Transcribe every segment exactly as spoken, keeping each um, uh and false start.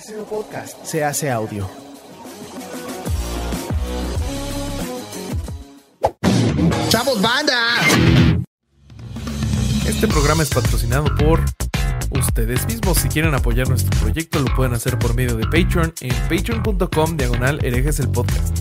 Podcast se hace audio. ¡Chavos, banda! Este programa es patrocinado por ustedes mismos. Si quieren apoyar nuestro proyecto, lo pueden hacer por medio de Patreon en patreon.com diagonal herejes el podcast.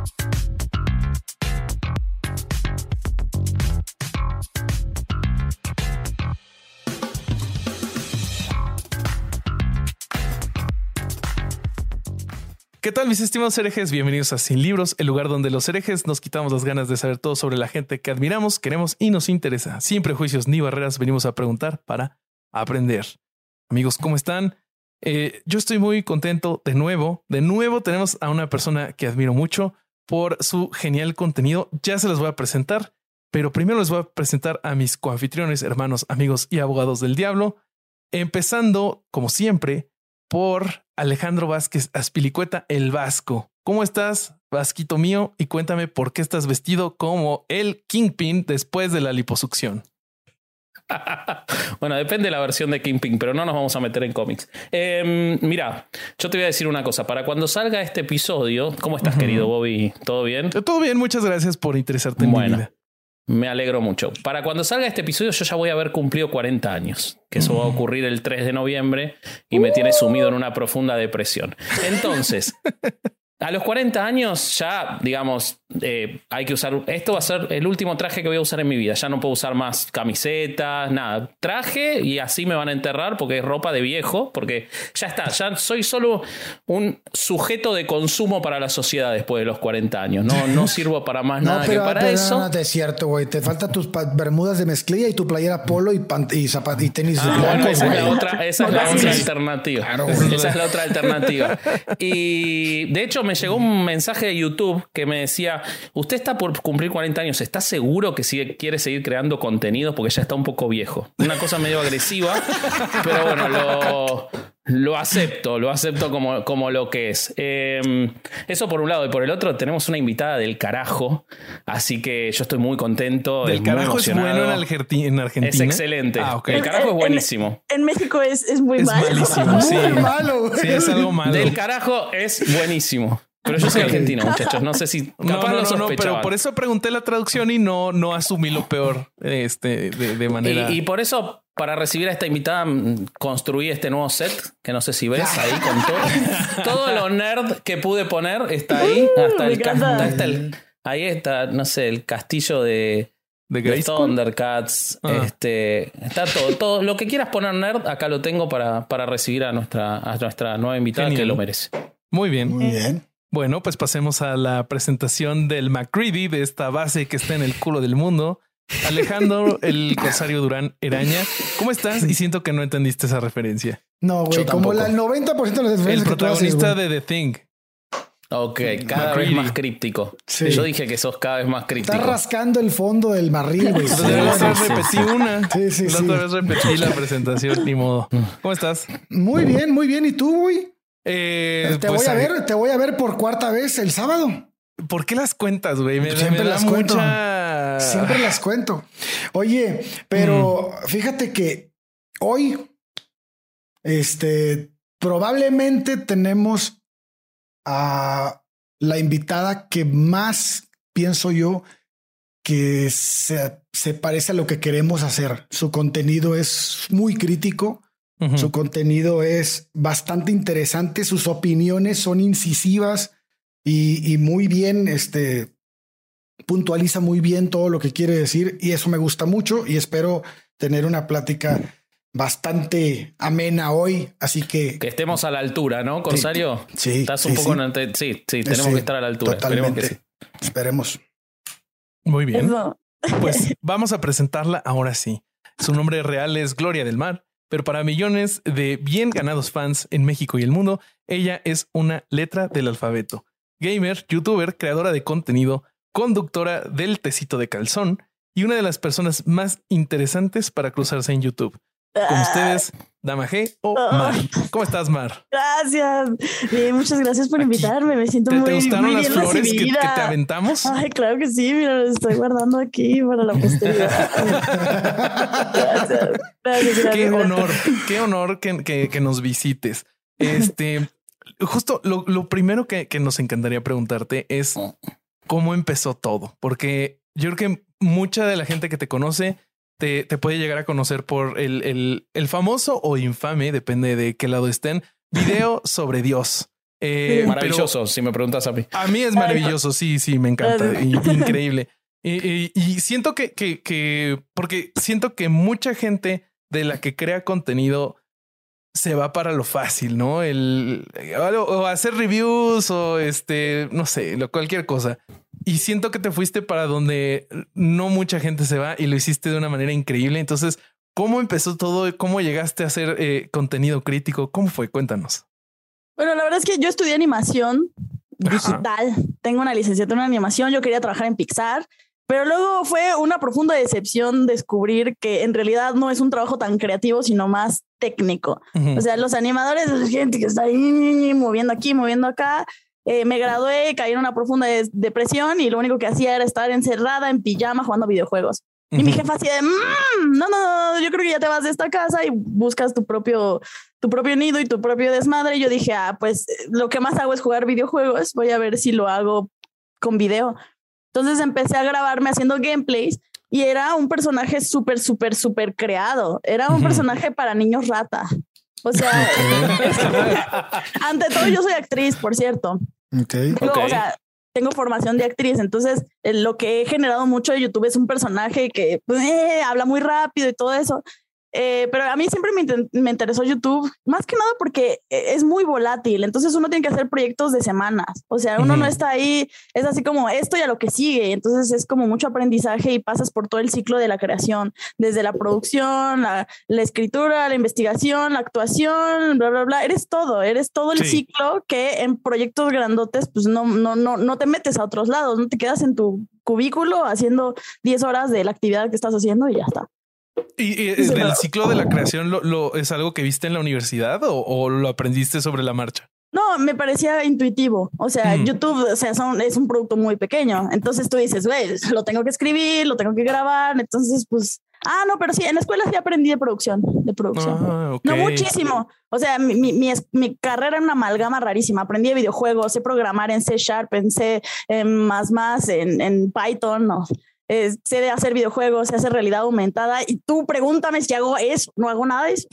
¿Qué tal, mis estimados herejes? Bienvenidos a Sin Libros, el lugar donde los herejes nos quitamos las ganas de saber todo sobre la gente que admiramos, queremos y nos interesa. Sin prejuicios ni barreras, venimos a preguntar para aprender. Amigos, ¿cómo están? Eh, yo estoy muy contento de nuevo. De nuevo tenemos a una persona que admiro mucho por su genial contenido. Ya se los voy a presentar, pero primero les voy a presentar a mis coanfitriones, hermanos, amigos y abogados del diablo. Empezando, como siempre, por Alejandro Vázquez Azpilicueta, el Vasco. ¿Cómo estás, Vasquito mío? Y cuéntame por qué estás vestido como el Kingpin después de la liposucción. Bueno, depende de la versión de Kingpin, pero no nos vamos a meter en cómics. Eh, mira, yo te voy a decir una cosa. Para cuando salga este episodio, ¿cómo estás, uh-huh. querido Bobby? ¿Todo bien? Todo bien, muchas gracias por interesarte en bueno. mi vida. Me alegro mucho. Para cuando salga este episodio yo ya voy a haber cumplido cuarenta años, que eso va a ocurrir el tres de noviembre y me tiene sumido en una profunda depresión. Entonces, a los cuarenta años ya, digamos, eh, hay que usar... Esto va a ser el último traje que voy a usar en mi vida. Ya no puedo usar más camisetas, nada. Traje y así me van a enterrar porque es ropa de viejo, porque ya está. Ya soy solo un sujeto de consumo para la sociedad después de los cuarenta años. No, no sirvo para más no, nada pero, que para pero eso. No, no, es cierto, güey. Te faltan tus bermudas de mezclilla y tu playera polo y, pant- y, zapat- y tenis. Ah, blancos, bueno, esa güey. es la otra, esa es la otra alternativa. Claro, esa es la otra alternativa. Y de hecho me llegó un mensaje de YouTube que me decía: usted está por cumplir cuarenta años, ¿está seguro que sigue, quiere seguir creando contenidos? Porque ya está un poco viejo. Una cosa medio agresiva, pero bueno, lo, lo acepto, lo acepto como, como lo que es. Eh, eso por un lado. Y por el otro tenemos una invitada del carajo, así que yo estoy muy contento. ¿Del carajo es bueno en, Argenti- en Argentina? Es excelente. Ah, okay. El carajo es buenísimo. En, en México es, es muy es malo. Malísimo, sí. Muy malo. Sí, es algo malo. Del carajo es buenísimo. Pero yo soy argentino, muchachos. No sé si no, capaz no, lo no, no, pero por eso pregunté la traducción y no, no asumí lo peor este, de, de manera. Y, y por eso, para recibir a esta invitada, construí este nuevo set, que no sé si ves ahí con todo. Todo lo nerd que pude poner está ahí. Hasta el, hasta el ahí está, no sé, el castillo de, de, de Thundercats. Ah. Este, está todo, todo. Lo que quieras poner nerd, acá lo tengo para, para recibir a nuestra, a nuestra nueva invitada. Genial. Que lo merece. Muy bien. Muy bien. Bueno, pues pasemos a la presentación del MacReady de esta base que está en el culo del mundo. Alejandro, el Corsario Durán Eraña. ¿Cómo estás? Y siento que no entendiste esa referencia. No, güey, como la, el noventa por ciento de las referencias el que protagonista tú haces, de The Thing. Ok, cada MacReady. Vez más críptico. Sí. Yo dije que sos cada vez más críptico. Está rascando el fondo del barril, güey. Sí, la otra vez repetí una. Sí, sí, la sí. otra vez repetí la presentación, ni modo. ¿Cómo estás? Muy bien, muy bien. ¿Y tú, güey? Eh, te pues voy a, a ver, ver, te voy a ver por cuarta vez el sábado. ¿Por qué las cuentas, güey? Me, Siempre me da las mucha... cuento. Siempre las cuento. Oye, pero mm. fíjate que hoy, este, probablemente tenemos a la invitada que más pienso yo que se, se parece a lo que queremos hacer. Su contenido es muy crítico. Uh-huh. Su contenido es bastante interesante, sus opiniones son incisivas y, y muy bien, este, puntualiza muy bien todo lo que quiere decir y eso me gusta mucho y espero tener una plática bastante amena hoy, así que... Que estemos a la altura, ¿no, Corsario? Sí. Estás sí, un poco... sí. En el, sí, sí, tenemos sí, que estar a la altura. Totalmente. Esperemos que sí. Esperemos. Muy bien. Pues vamos a presentarla ahora sí. Su nombre real es Gloria del Mar. Pero para millones de bien ganados fans en México y el mundo, ella es una letra del alfabeto. Gamer, youtuber, creadora de contenido, conductora del tecito de calzón y una de las personas más interesantes para cruzarse en YouTube. Con ustedes, Dama G o Mar. ¿Cómo estás, Mar? Gracias. Bien, muchas gracias por invitarme. Me siento ¿Te, muy, ¿Te gustaron muy las bien flores que, que te aventamos? Ay, claro que sí. Mira, las estoy guardando aquí para la posteridad. Gracias. Gracias, gracias. Qué honor, qué honor que, que, que nos visites. Este, justo lo, lo primero que, que nos encantaría preguntarte es cómo empezó todo, porque yo creo que mucha de la gente que te conoce te, te puede llegar a conocer por el, el, el famoso o infame, depende de qué lado estén, video sobre Dios. Eh, maravilloso, si me preguntas a mí. A mí es maravilloso, sí, sí, me encanta, y, increíble. Y, y, y siento que, que, que, porque siento que mucha gente de la que crea contenido se va para lo fácil, ¿no? El o hacer reviews o este, no sé, lo, cualquier cosa. Y siento que te fuiste para donde no mucha gente se va y lo hiciste de una manera increíble. Entonces, ¿cómo empezó todo? ¿Cómo llegaste a hacer eh, contenido crítico? ¿Cómo fue? Cuéntanos. Bueno, la verdad es que yo estudié animación digital. Ajá. Tengo una licenciatura en animación. Yo quería trabajar en Pixar. Pero luego fue una profunda decepción descubrir que en realidad no es un trabajo tan creativo, sino más técnico. Uh-huh. O sea, los animadores, la gente que está ahí moviendo aquí, moviendo acá. Eh, me gradué, caí en una profunda de- depresión y lo único que hacía era estar encerrada en pijama jugando videojuegos. Uh-huh. Y mi jefa así de, mmm, no, no, no, yo creo que ya te vas de esta casa y buscas tu propio, tu propio nido y tu propio desmadre. Y yo dije, ah, pues lo que más hago es jugar videojuegos. Voy a ver si lo hago con video. Entonces empecé a grabarme haciendo gameplays y era un personaje súper, súper, súper creado. Era un uh-huh. personaje para niños rata. O sea, ante todo yo soy actriz, por cierto. Okay. Luego, Okay. o sea, tengo formación de actriz, entonces eh, lo que he generado mucho de YouTube es un personaje que eh, habla muy rápido y todo eso. Eh, pero a mí siempre me, inten- me interesó YouTube, más que nada porque es muy volátil, entonces uno tiene que hacer proyectos de semanas, o sea, uno uh-huh. no está ahí, es así como esto y a lo que sigue, entonces es como mucho aprendizaje y pasas por todo el ciclo de la creación, desde la producción, la, la escritura, la investigación, la actuación, bla, bla, bla, eres todo, eres todo el sí. ciclo que en proyectos grandotes pues no, no, no, no te metes a otros lados, no te quedas en tu cubículo haciendo diez horas de la actividad que estás haciendo y ya está. ¿Y, y el del ciclo de la creación lo, lo es algo que viste en la universidad o, o lo aprendiste sobre la marcha? No, me parecía intuitivo. O sea, mm. YouTube, o sea, son, es un producto muy pequeño. Entonces tú dices, güey, lo tengo que escribir, lo tengo que grabar. Entonces, pues, ah, no, pero sí, en la escuela sí aprendí de producción, de producción. Ah, okay. No muchísimo. O sea, mi, mi, mi, mi carrera era una amalgama rarísima. Aprendí de videojuegos, sé programar en C Sharp, en C, en más más, en, en Python, no. Eh, sé de hacer videojuegos, sé hacer realidad aumentada y tú pregúntame si hago eso, no hago nada de eso.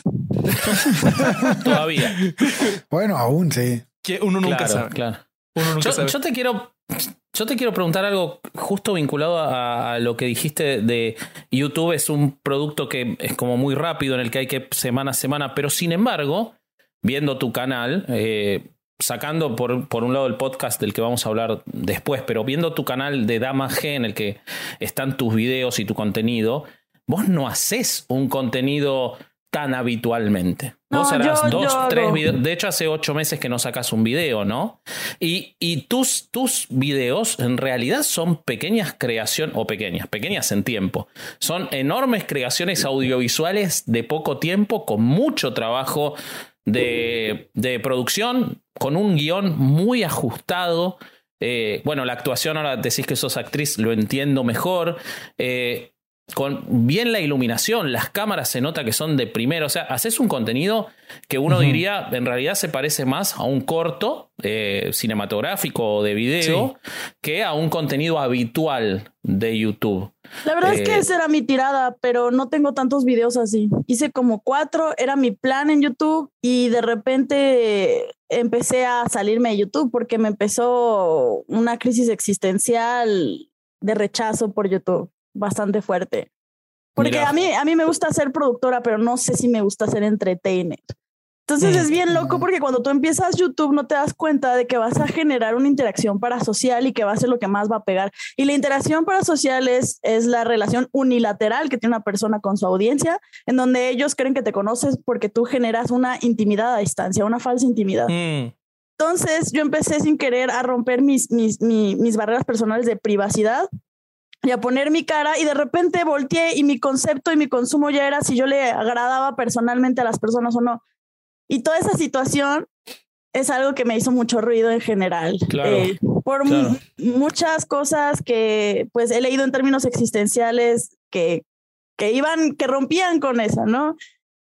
Todavía. Bueno, aún sí. Que uno nunca claro, sabe. Claro. Uno nunca yo, sabe. Yo te quiero, yo te quiero preguntar algo justo vinculado a, a lo que dijiste de YouTube. Es un producto que es como muy rápido, en el que hay que semana a semana, pero sin embargo, viendo tu canal, eh, sacando por, por un lado el podcast del que vamos a hablar después, pero viendo tu canal de Dama G en el que están tus videos y tu contenido, vos no haces un contenido tan habitualmente. No, vos harás yo, dos, yo tres no. videos. De hecho, hace ocho meses que no sacas un video, ¿no? Y, y tus, tus videos en realidad son pequeñas creaciones, o pequeñas, pequeñas en tiempo. Son enormes creaciones audiovisuales de poco tiempo, con mucho trabajo de, de producción, con un guión muy ajustado. Eh, bueno, la actuación, ahora decís que sos actriz, lo entiendo mejor. Eh, con bien la iluminación, las cámaras se nota que son de primero. O sea, haces un contenido que uno uh-huh. diría en realidad se parece más a un corto eh, cinematográfico o de video sí. que a un contenido habitual de YouTube. La verdad eh, es que esa era mi tirada, pero no tengo tantos videos así. Hice como cuatro, era mi plan en YouTube y de repente empecé a salirme de YouTube porque me empezó una crisis existencial de rechazo por YouTube bastante fuerte. Porque a mí, a mí me gusta ser productora, pero no sé si me gusta ser entertainer. Entonces mm. es bien loco porque cuando tú empiezas YouTube no te das cuenta de que vas a generar una interacción parasocial y que va a ser lo que más va a pegar. Y la interacción parasocial es, es la relación unilateral que tiene una persona con su audiencia, en donde ellos creen que te conoces porque tú generas una intimidad a distancia, una falsa intimidad. Mm. Entonces yo empecé sin querer a romper mis, mis, mis, mis barreras personales de privacidad y a poner mi cara y de repente volteé y mi concepto y mi consumo ya era si yo le agradaba personalmente a las personas o no. Y toda esa situación es algo que me hizo mucho ruido en general. Claro, eh, por claro. m- muchas cosas que pues he leído en términos existenciales que, que iban, que rompían con eso, ¿no?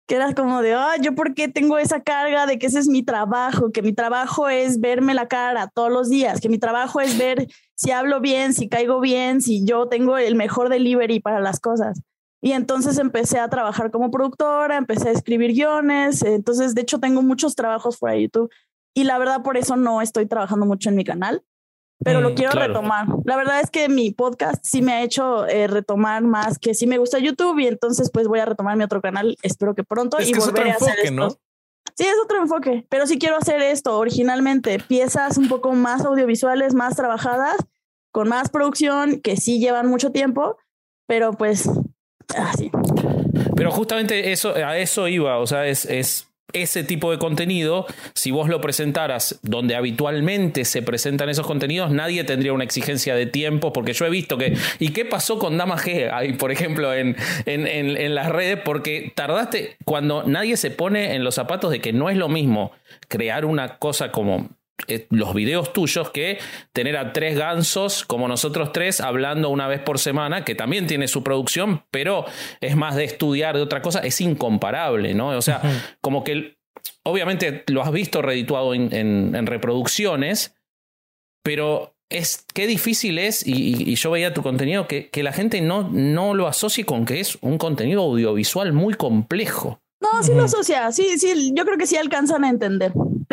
que era como de, ah, yo por qué tengo esa carga de que ese es mi trabajo, que mi trabajo es verme la cara todos los días, que mi trabajo es ver si hablo bien, si caigo bien, si yo tengo el mejor delivery para las cosas. Y entonces empecé a trabajar como productora, empecé a escribir guiones, entonces de hecho tengo muchos trabajos fuera de YouTube y la verdad por eso no estoy trabajando mucho en mi canal. Pero mm, lo quiero claro. retomar. La verdad es que mi podcast sí me ha hecho eh, retomar más, que sí me gusta YouTube y entonces pues voy a retomar mi otro canal, espero que pronto es y que volveré es otro a hacer enfoque, esto. ¿no? Sí, es otro enfoque, pero sí quiero hacer esto originalmente, piezas un poco más audiovisuales, más trabajadas, con más producción, que sí llevan mucho tiempo, pero pues así. Pero justamente eso, a eso iba, o sea, es... es... ese tipo de contenido, si vos lo presentaras donde habitualmente se presentan esos contenidos, nadie tendría una exigencia de tiempo, porque yo he visto que, ¿y qué pasó con Dama G? Ahí, por ejemplo, en, en, en, en las redes, porque tardaste, cuando nadie se pone en los zapatos de que no es lo mismo crear una cosa como eh, los videos tuyos que tener a tres gansos como nosotros tres hablando una vez por semana, que también tiene su producción, pero es más de estudiar, de otra cosa, es incomparable, ¿no? O sea, uh-huh. como que obviamente lo has visto redituado en, en, en reproducciones, pero es qué difícil es, y, y, y yo veía tu contenido, que, que la gente no, no lo asocie con que es un contenido audiovisual muy complejo. No, sí lo asocia, sí, sí, yo creo que sí alcanzan a entender,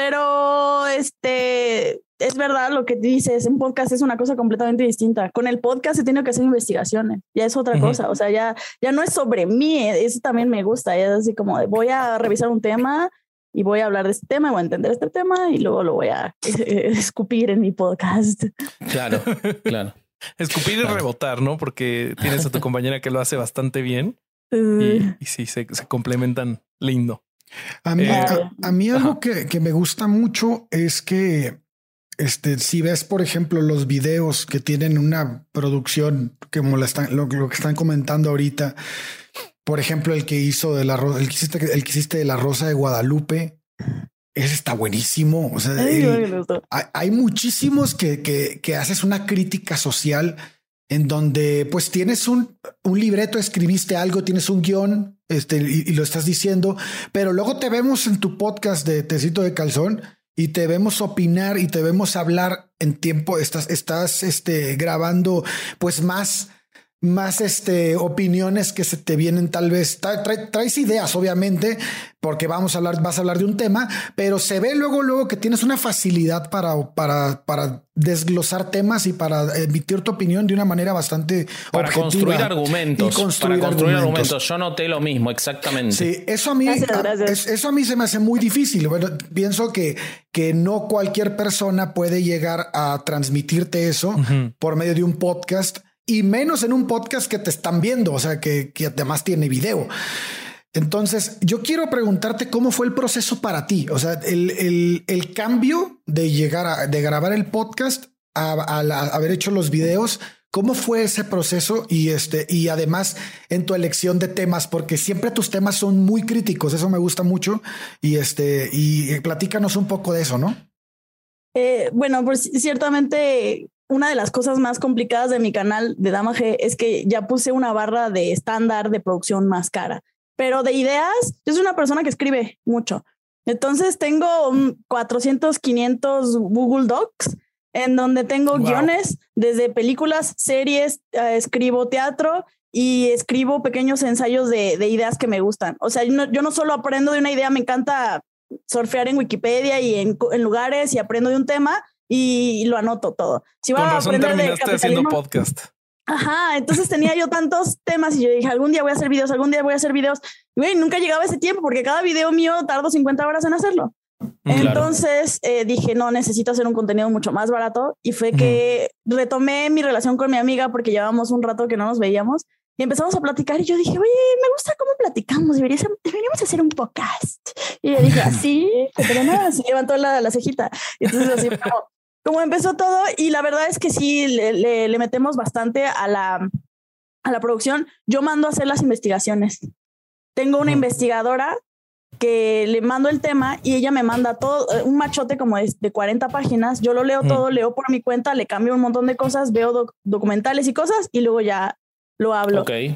pero este, es verdad lo que dices, un podcast es una cosa completamente distinta. Con el podcast he tenido que hacer investigaciones, ya es otra uh-huh. cosa, o sea, ya, ya no es sobre mí, eso también me gusta, ya es así como de, voy a revisar un tema y voy a hablar de este tema, voy a entender este tema y luego lo voy a eh, escupir en mi podcast. Claro, claro. Escupir y rebotar, ¿no? Porque tienes a tu compañera que lo hace bastante bien. Y, y sí, se, se complementan lindo. A mí, eh, a, a mí algo que, que me gusta mucho es que este, si ves, por ejemplo, los videos que tienen una producción, como la están, lo, lo que están comentando ahorita, por ejemplo, el que hizo de la el que hiciste, el que hiciste de la Rosa de Guadalupe, ese está buenísimo. O sea, Ay, el, hay, hay muchísimos que, que, que haces una crítica social en donde pues tienes un, un libreto, escribiste algo, tienes un guión este, y, y lo estás diciendo, pero luego te vemos en tu podcast de Tecito de Calzón y te vemos opinar y te vemos hablar en tiempo, estás, estás este, grabando pues más... más este, opiniones que se te vienen tal vez, tra tra traes ideas obviamente, porque vamos a hablar, vas a hablar de un tema, pero se ve luego, luego que tienes una facilidad para, para, para desglosar temas y para emitir tu opinión de una manera bastante para objetiva. Construir argumentos. Y construir, para construir argumentos. argumentos. Yo noté lo mismo, exactamente. Sí, eso a mí, gracias, gracias. Es, eso a mí se me hace muy difícil. Bueno, pienso que, que no cualquier persona puede llegar a transmitirte eso uh-huh. por medio de un podcast. Y menos en un podcast que te están viendo, o sea, que, que además tiene video. Entonces, yo quiero preguntarte cómo fue el proceso para ti. O sea, el, el, el cambio de llegar a de grabar el podcast a, a, la, a haber hecho los videos. ¿Cómo fue ese proceso? Y este, y además en tu elección de temas, porque siempre tus temas son muy críticos. Eso me gusta mucho. Y este, y platícanos un poco de eso, ¿no? Eh, bueno, pues ciertamente una de las cosas más complicadas de mi canal de Dama G es que ya puse una barra de estándar de producción más cara, pero de ideas, yo soy una persona que escribe mucho. Entonces tengo un cuatrocientos, quinientos Google Docs en donde tengo wow. guiones desde películas, series, uh, escribo teatro y escribo pequeños ensayos de, de ideas que me gustan. O sea, yo no, yo no solo aprendo de una idea, me encanta surfear en Wikipedia y en, en lugares y aprendo de un tema y lo anoto todo. Si Con razón terminaste haciendo podcast. Ajá, entonces tenía yo tantos temas y yo dije, algún día voy a hacer videos, algún día voy a hacer videos. Y güey, nunca llegaba ese tiempo porque cada video mío tardo cincuenta horas en hacerlo. Claro. Entonces eh, dije, no, necesito hacer un contenido mucho más barato. Y fue que mm. retomé mi relación con mi amiga porque llevábamos un rato que no nos veíamos. Y empezamos a platicar y yo dije, oye, me gusta cómo platicamos, deberíamos, deberíamos hacer un podcast. Y ella dije, así, pero nada, se levantó la, la cejita. Y entonces así como, como empezó todo y la verdad es que sí, le, le, le metemos bastante a la, a la producción. Yo mando a hacer las investigaciones. Tengo una uh-huh. investigadora que le mando el tema y ella me manda todo, un machote como de, de cuarenta páginas. Yo lo leo uh-huh. todo, leo por mi cuenta, le cambio un montón de cosas, veo doc documentales y cosas y luego ya lo hablo. Okay.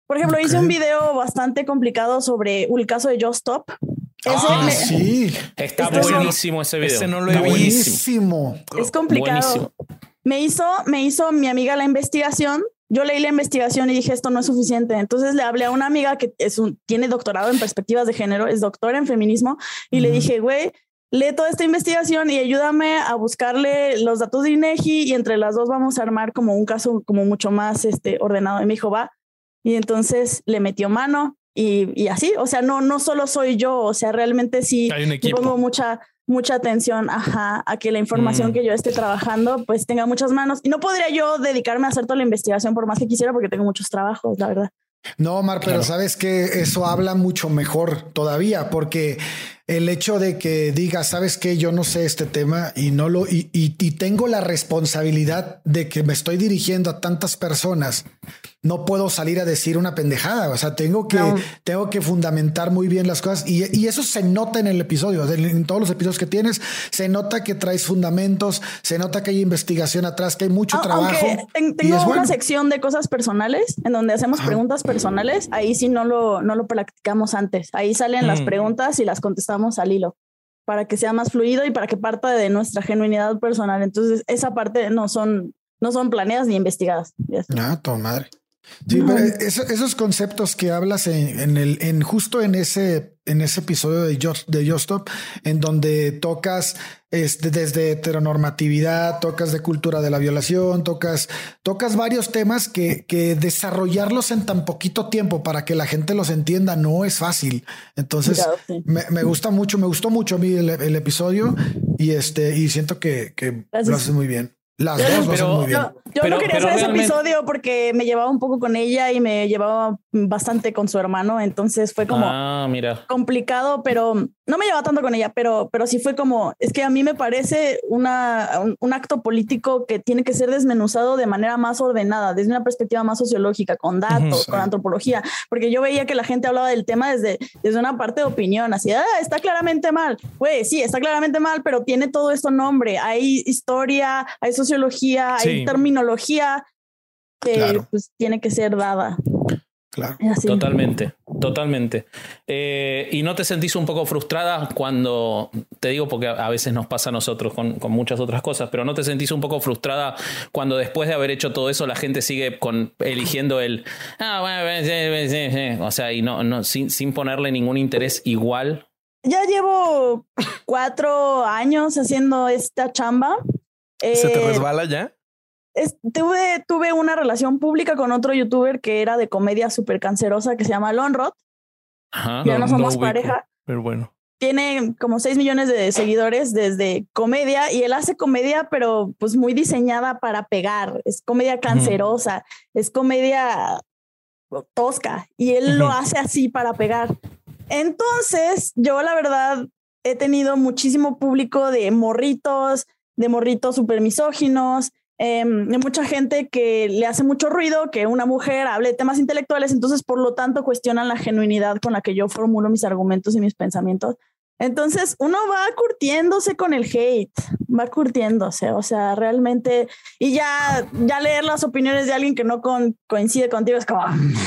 Por ejemplo, Okay. hice un video bastante complicado sobre el caso de Just Stop. Ese Ah, me- sí. Está Esto es- buenísimo ese video. Ese no lo he Está visto. buenísimo. Buenísimo. Es complicado. Buenísimo. Me hizo, me hizo mi amiga la investigación. Yo leí la investigación y dije, esto no es suficiente. Entonces le hablé a una amiga que es un, tiene doctorado en perspectivas de género, es doctora en feminismo, y le Ujú. dije, güey, lee toda esta investigación y ayúdame a buscarle los datos de INEGI y entre las dos vamos a armar como un caso como mucho más este, ordenado. Y me dijo, va. Y entonces le metió mano y, y así, o sea, no, no solo soy yo, o sea, realmente sí Hay un le equipo. pongo mucha, mucha atención ajá, a que la información Mm. que yo esté trabajando pues tenga muchas manos. Y no podría yo dedicarme a hacer toda la investigación por más que quisiera porque tengo muchos trabajos, la verdad. No, Omar, pero Claro. sabes que eso habla mucho mejor todavía, porque el hecho de que digas, sabes que yo no sé este tema y no lo y, y, y tengo la responsabilidad de que me estoy dirigiendo a tantas personas, no puedo salir a decir una pendejada. O sea, tengo que, No. tengo que fundamentar muy bien las cosas y, y eso se nota en el episodio. En, en todos los episodios que tienes, se nota que traes fundamentos, se nota que hay investigación atrás, que hay mucho A- trabajo. Aunque ten- y tengo es una bueno. sección de cosas personales en donde hacemos Ajá. preguntas personales. Ahí sí no lo, no lo practicamos antes. Ahí salen las Mm. preguntas y las contestamos al hilo para que sea más fluido y para que parta de nuestra genuinidad personal. Entonces, esa parte no son, no son planeadas ni investigadas. Yes. Ah, tu madre. Sí, No. pero eso- esos conceptos que hablas en, en el, en justo en ese, en ese episodio de Just, de Just Stop, en donde tocas este, desde heteronormatividad, tocas de cultura de la violación, tocas, tocas varios temas que, que desarrollarlos en tan poquito tiempo para que la gente los entienda no es fácil. Entonces, Claro, sí. me, me gusta mucho, me gustó mucho a mí el, el episodio y este, y siento que, que Gracias. lo haces muy bien. Las Yo- dos lo hacen pero- muy bien. No, yo Pero- no quería pero hacer ese realmente- episodio porque me llevaba un poco con ella y me llevaba bastante con su hermano. Entonces fue como Ah, mira. complicado, pero no me llevaba tanto con ella, pero, pero sí fue como, es que a mí me parece una, un, un acto político que tiene que ser desmenuzado de manera más ordenada, desde una perspectiva más sociológica, con datos, Sí. con antropología, porque yo veía que la gente hablaba del tema desde, desde una parte de opinión, así, ah, está claramente mal, güey, sí, está claramente mal, pero tiene todo esto nombre, hay historia, hay sociología, Sí. hay terminología que Claro. pues tiene que ser dada. Claro. Es así. Totalmente, totalmente. Eh, ¿Y no te sentís un poco frustrada cuando, te digo porque a a veces nos pasa a nosotros con, con muchas otras cosas, pero no te sentís un poco frustrada cuando después de haber hecho todo eso la gente sigue con, eligiendo el, ah, bueno, sí, sí, sí", o sea, y no, no sin, sin ponerle ningún interés igual? Ya llevo cuatro años haciendo esta chamba. ¿Se te Eh, resbala ya? es- tuve, tuve una relación pública con otro youtuber que era de comedia súper cancerosa que se llama Lonrod. Ajá. Ya no somos ubico, pareja. Pero bueno. Tiene como seis millones de seguidores desde comedia y él hace comedia, pero pues muy diseñada para pegar. Es comedia cancerosa, es comedia tosca y él lo Ujú. hace así para pegar. Entonces, yo la verdad he tenido muchísimo público de morritos, de morritos súper misóginos, eh, de mucha gente que le hace mucho ruido que una mujer hable de temas intelectuales, entonces por lo tanto cuestionan la genuinidad con la que yo formulo mis argumentos y mis pensamientos. Entonces uno va curtiéndose con el hate, va curtiéndose, o sea, realmente, y ya, ya leer las opiniones de alguien que no con, coincide contigo es como...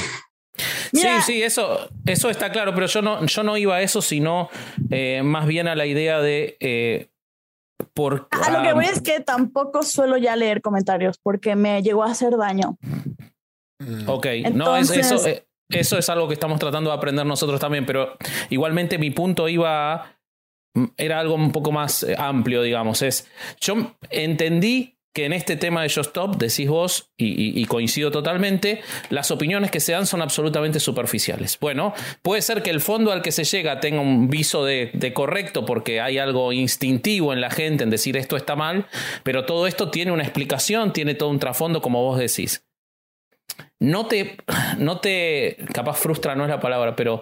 Mira, Sí, sí, eso, eso está claro, pero yo no, yo no iba a eso, sino eh, más bien a la idea de... Eh, por, a lo que ah, voy es que tampoco suelo ya leer comentarios porque me llegó a hacer daño. Ok, no, es, Entonces- eso, eh, eso es algo que estamos tratando de aprender nosotros también, pero igualmente mi punto iba a, era algo un poco más eh, amplio, digamos. Es, yo entendí que en este tema de Just Stop, decís vos, y, y, y coincido totalmente, las opiniones que se dan son absolutamente superficiales. Bueno, puede ser que el fondo al que se llega tenga un viso de, de correcto porque hay algo instintivo en la gente en decir esto está mal, pero todo esto tiene una explicación, tiene todo un trasfondo, como vos decís. No te, no te, capaz frustra no es la palabra, pero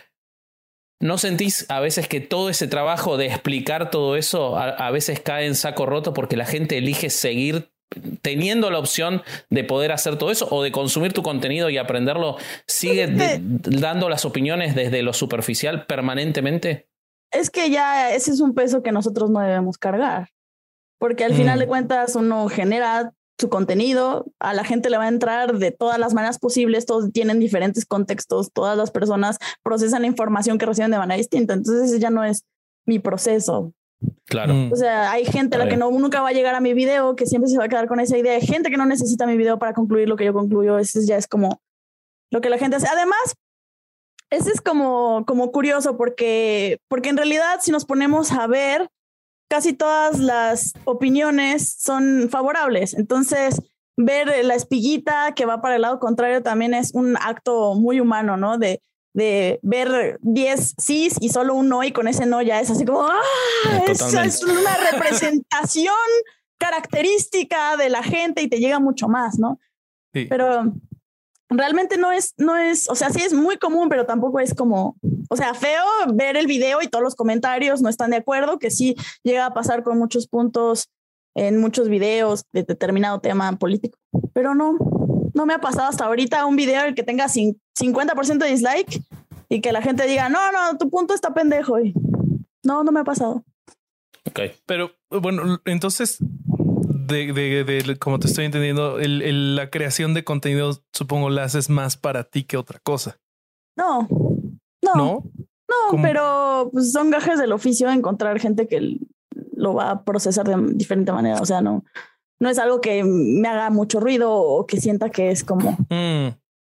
¿no sentís a veces que todo ese trabajo de explicar todo eso a, a veces cae en saco roto porque la gente elige seguir teniendo la opción de poder hacer todo eso o de consumir tu contenido y aprenderlo, sigue de, dando las opiniones desde lo superficial permanentemente? Es que ya ese es un peso que nosotros no debemos cargar, porque al Mm. final de cuentas uno genera su contenido, a la gente le va a entrar de todas las maneras posibles, todos tienen diferentes contextos, todas las personas procesan la información que reciben de manera distinta, entonces ese ya no es mi proceso. Claro. Mm. O sea, hay gente a la que no, nunca va a llegar a mi video, que siempre se va a quedar con esa idea, hay gente que no necesita mi video para concluir lo que yo concluyo, ese ya es como lo que la gente hace. Además, ese es como, como curioso porque, porque en realidad si nos ponemos a ver, casi todas las opiniones son favorables. Entonces, ver la espiguita que va para el lado contrario también es un acto muy humano, ¿no? De, de ver diez sís y solo un no, y con ese no ya es así como, ¡ah! Esa es una representación característica de la gente y te llega mucho más, ¿no? Sí. Pero realmente no es, no es, o sea, sí es muy común, pero tampoco es como, o sea, feo ver el video y todos los comentarios no están de acuerdo, que sí llega a pasar con muchos puntos en muchos videos de determinado tema político, pero no, no me ha pasado hasta ahorita un video el que tenga cincuenta por ciento de dislike y que la gente diga, no, no, tu punto está pendejo. Y no, no me ha pasado. Ok. Pero bueno, entonces... De, de, de, de como te estoy entendiendo, el, el, la creación de contenido, supongo, la haces más para ti que otra cosa. No, no, no, no, pero pues, son gajes del oficio encontrar gente que lo va a procesar de diferente manera. O sea, no, no es algo que me haga mucho ruido o que sienta que es como. Mm.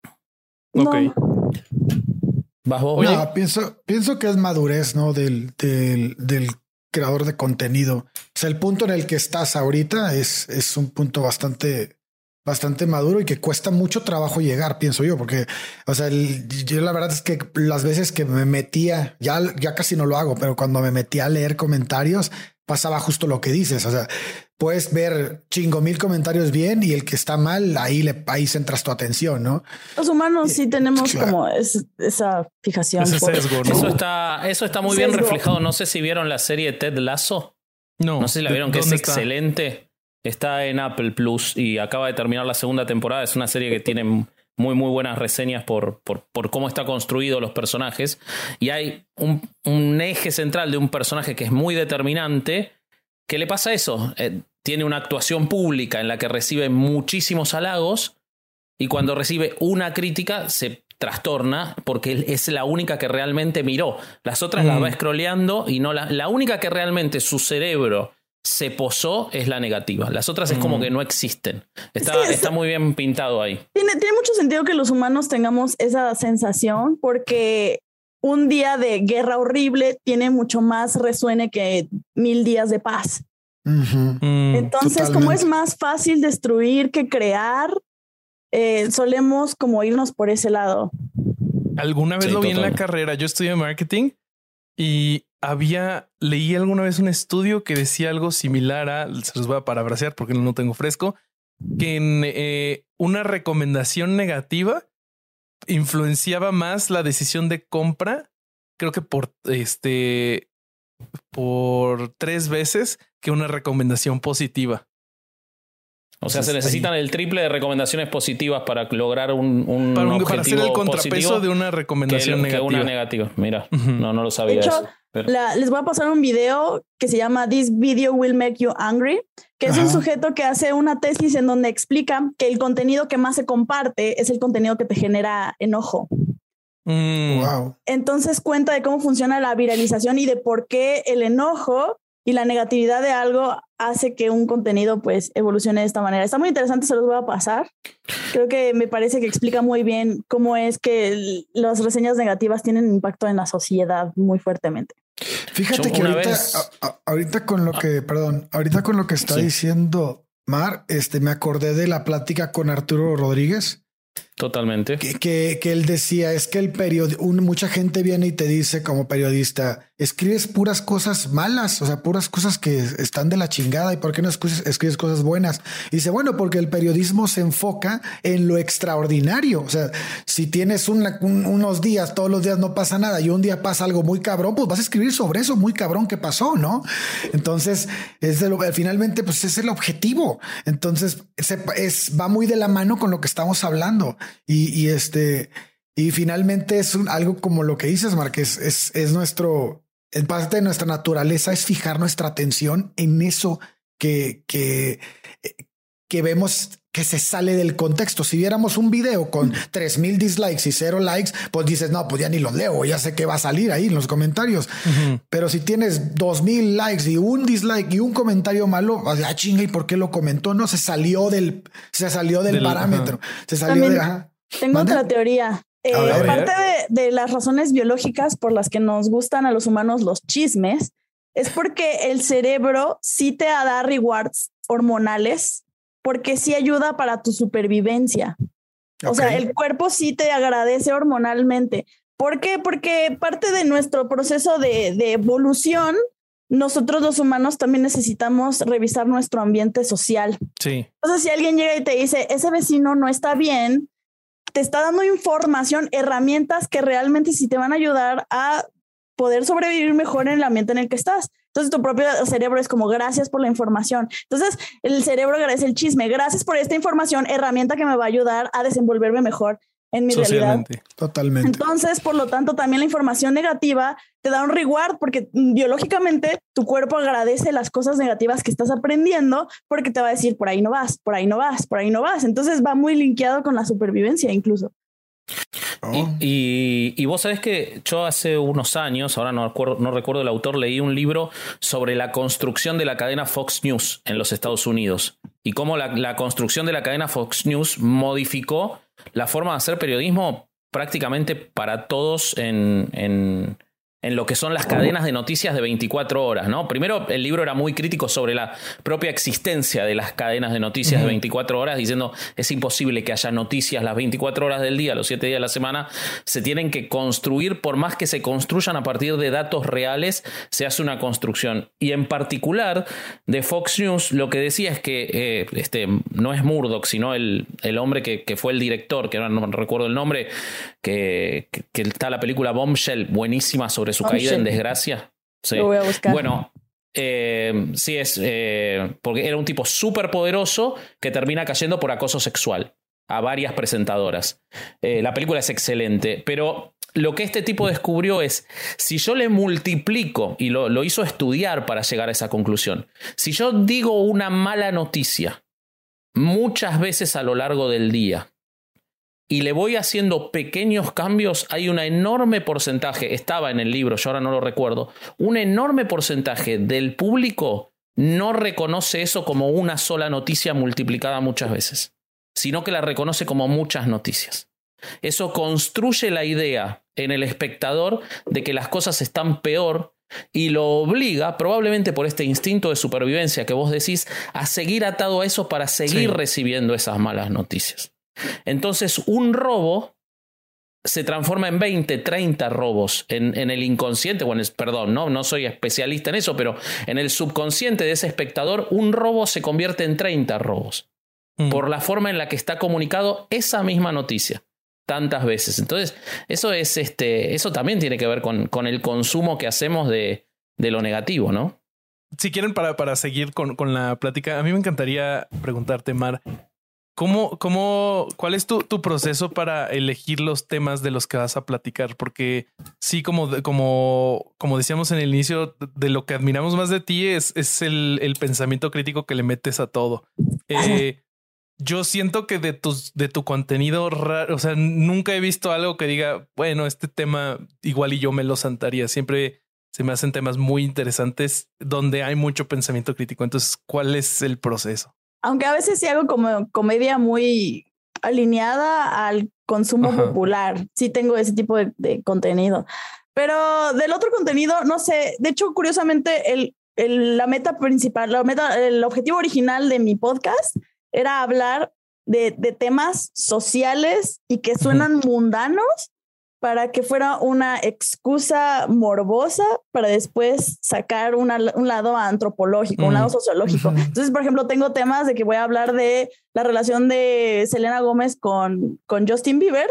Ok. No. ¿Vas vos? Oye, no, pienso, pienso que es madurez, ¿no? Del, del, del creador de contenido. O sea, el punto en el que estás ahorita es, es un punto bastante, bastante maduro y que cuesta mucho trabajo llegar, pienso yo, porque, o sea, el, yo la verdad es que las veces que me metía, ya, ya casi no lo hago, pero cuando me metía a leer comentarios, pasaba justo lo que dices. O sea, puedes ver chingo mil comentarios bien y el que está mal, ahí le ahí centras tu atención, ¿no? Los humanos sí tenemos claro. como es, esa fijación. Ese sesgo, ¿no? Eso está, eso está muy sesgo. bien reflejado. No sé si vieron la serie Ted Lasso. No, no sé si la vieron, que es está? excelente. Está en Apple Plus y acaba de terminar la segunda temporada. Es una serie que tiene muy, muy buenas reseñas por, por, por cómo está construido los personajes. Y hay un, un eje central de un personaje que es muy determinante. ¿Qué le pasa eso? Eh, tiene una actuación pública en la que recibe muchísimos halagos y cuando recibe una crítica se trastorna porque es la única que realmente miró. Las otras mm. las va scrolleando y no la, la única que realmente su cerebro se posó es la negativa. Las otras mm. es como que no existen. Está, sí, está muy bien pintado ahí. Tiene, tiene mucho sentido que los humanos tengamos esa sensación porque un día de guerra horrible tiene mucho más resuene que mil días de paz. Uh-huh. Mm, Entonces, totalmente. Como es más fácil destruir que crear, eh, solemos como irnos por ese lado. Alguna vez sí, lo vi total. en la carrera. Yo estudié marketing y había, leí alguna vez un estudio que decía algo similar a, se los voy a parafrasear porque no tengo fresco, que en eh, una recomendación negativa influenciaba más la decisión de compra, creo que por este por tres veces que una recomendación positiva. O sea, se necesitan el triple de recomendaciones positivas para lograr un, un para, un, objetivo para hacer el contrapeso de una recomendación que, negativa. Que una negativa. Mira, uh-huh. no, no lo sabía. De hecho, eso, pero... la, les voy a pasar un video que se llama This Video Will Make You Angry, que es Ajá. un sujeto que hace una tesis en donde explica que el contenido que más se comparte es el contenido que te genera enojo. Mm. Wow. Entonces cuenta de cómo funciona la viralización y de por qué el enojo y la negatividad de algo hace que un contenido pues evolucione de esta manera. Está muy interesante, se los voy a pasar. Creo que me parece que explica muy bien cómo es que el, las reseñas negativas tienen impacto en la sociedad muy fuertemente. Fíjate Yo que ahorita, vez... a, a, ahorita con lo que, perdón, ahorita con lo que está sí. diciendo Mar, este, me acordé de la plática con Arturo Rodríguez. Totalmente. Que, que, que él decía, es que el periodista, mucha gente viene y te dice como periodista, escribes puras cosas malas, o sea, puras cosas que están de la chingada. ¿Y por qué no escribes, escribes cosas buenas? Y dice, bueno, porque el periodismo se enfoca en lo extraordinario. O sea, si tienes una, un, unos días, todos los días no pasa nada y un día pasa algo muy cabrón, pues vas a escribir sobre eso muy cabrón que pasó, ¿no? Entonces, es de lo, finalmente, pues es el objetivo. Entonces, se, es, va muy de la mano con lo que estamos hablando. Y, y este, y finalmente es un, algo como lo que dices, Mark, es, es, es nuestro, en parte de nuestra naturaleza es fijar nuestra atención en eso que, que, que vemos que se sale del contexto. Si viéramos un video con tres mil dislikes y cero likes, pues dices, no, pues ya ni los leo, ya sé que va a salir ahí en los comentarios. Uh-huh. Pero si tienes dos mil likes y un dislike y un comentario malo, ah, chinga, ¿y por qué lo comentó? No, se salió del, se salió del, del parámetro. Uh-huh. Se salió También de... Ajá. Tengo ¿Mande? Otra teoría. Eh, aparte de, de las razones biológicas por las que nos gustan a los humanos los chismes, es porque el cerebro sí te da rewards hormonales, porque sí ayuda para tu supervivencia. Okay. O sea, el cuerpo sí te agradece hormonalmente. ¿Por qué? Porque parte de nuestro proceso de, de evolución, nosotros los humanos también necesitamos revisar nuestro ambiente social. Sí. Entonces, si alguien llega y te dice, ese vecino no está bien, te está dando información, herramientas que realmente sí te van a ayudar a poder sobrevivir mejor en el ambiente en el que estás. Entonces tu propio cerebro es como, gracias por la información. Entonces el cerebro agradece el chisme. Gracias por esta información, herramienta que me va a ayudar a desenvolverme mejor en mi realidad. Totalmente. Entonces, por lo tanto, también la información negativa te da un reward porque biológicamente tu cuerpo agradece las cosas negativas que estás aprendiendo porque te va a decir, por ahí no vas, por ahí no vas, por ahí no vas. Entonces va muy linkeado con la supervivencia incluso. Oh. Y, y, y vos sabés que yo hace unos años, ahora no recuerdo, no recuerdo el autor, leí un libro sobre la construcción de la cadena Fox News en los Estados Unidos y cómo la, la construcción de la cadena Fox News modificó la forma de hacer periodismo prácticamente para todos en, en, en lo que son las cadenas de noticias de veinticuatro horas, ¿no? Primero, el libro era muy crítico sobre la propia existencia de las cadenas de noticias uh-huh. de veinticuatro horas, diciendo es imposible que haya noticias las veinticuatro horas del día, los siete días de la semana, se tienen que construir, por más que se construyan a partir de datos reales, se hace una construcción. Y en particular, de Fox News, lo que decía es que eh, este, no es Murdoch, sino el, el hombre que, que fue el director, que ahora no recuerdo el nombre, que, que, que está la película Bombshell, buenísima sobre su oh, caída shit. en desgracia. Sí. Lo voy a buscar. Bueno, eh, sí es eh, porque era un tipo súper poderoso que termina cayendo por acoso sexual a varias presentadoras. Eh, la película es excelente, pero lo que este tipo descubrió es, si yo le multiplico, y lo, lo hizo estudiar para llegar a esa conclusión, si yo digo una mala noticia muchas veces a lo largo del día, y le voy haciendo pequeños cambios, hay un enorme porcentaje, estaba en el libro, yo ahora no lo recuerdo, un enorme porcentaje del público no reconoce eso como una sola noticia multiplicada muchas veces, sino que la reconoce como muchas noticias. Eso construye la idea en el espectador de que las cosas están peor y lo obliga, probablemente por este instinto de supervivencia que vos decís, a seguir atado a eso para seguir sí. recibiendo esas malas noticias. Entonces un robo se transforma en veinte, treinta robos en, en el inconsciente, bueno, perdón, no, no soy especialista en eso, pero en el subconsciente de ese espectador un robo se convierte en treinta robos mm. por la forma en la que está comunicado esa misma noticia tantas veces. Entonces eso es este, eso también tiene que ver con, con el consumo que hacemos de, de lo negativo, ¿no? Si quieren, para, para seguir con, con la plática, a mí me encantaría preguntarte, Mar, ¿Cómo, cómo, ¿cuál es tu, tu proceso para elegir los temas de los que vas a platicar? Porque sí, como, como, como decíamos en el inicio, de lo que admiramos más de ti es, es el, el pensamiento crítico que le metes a todo. Eh, yo siento que de, tus, de tu contenido raro, o sea, nunca he visto algo que diga, bueno, este tema igual y yo me lo saltaría. Siempre se me hacen temas muy interesantes donde hay mucho pensamiento crítico. Entonces, ¿cuál es el proceso? Aunque a veces sí hago como comedia muy alineada al consumo Ajá. popular. Sí tengo ese tipo de, de contenido. Pero del otro contenido, no sé. De hecho, curiosamente, el, el, la meta principal, la meta, el objetivo original de mi podcast era hablar de, de temas sociales y que suenan Ajá. mundanos para que fuera una excusa morbosa para después sacar una, un lado antropológico, mm. un lado sociológico. Mm. Entonces, por ejemplo, tengo temas de que voy a hablar de la relación de Selena Gómez con, con Justin Bieber.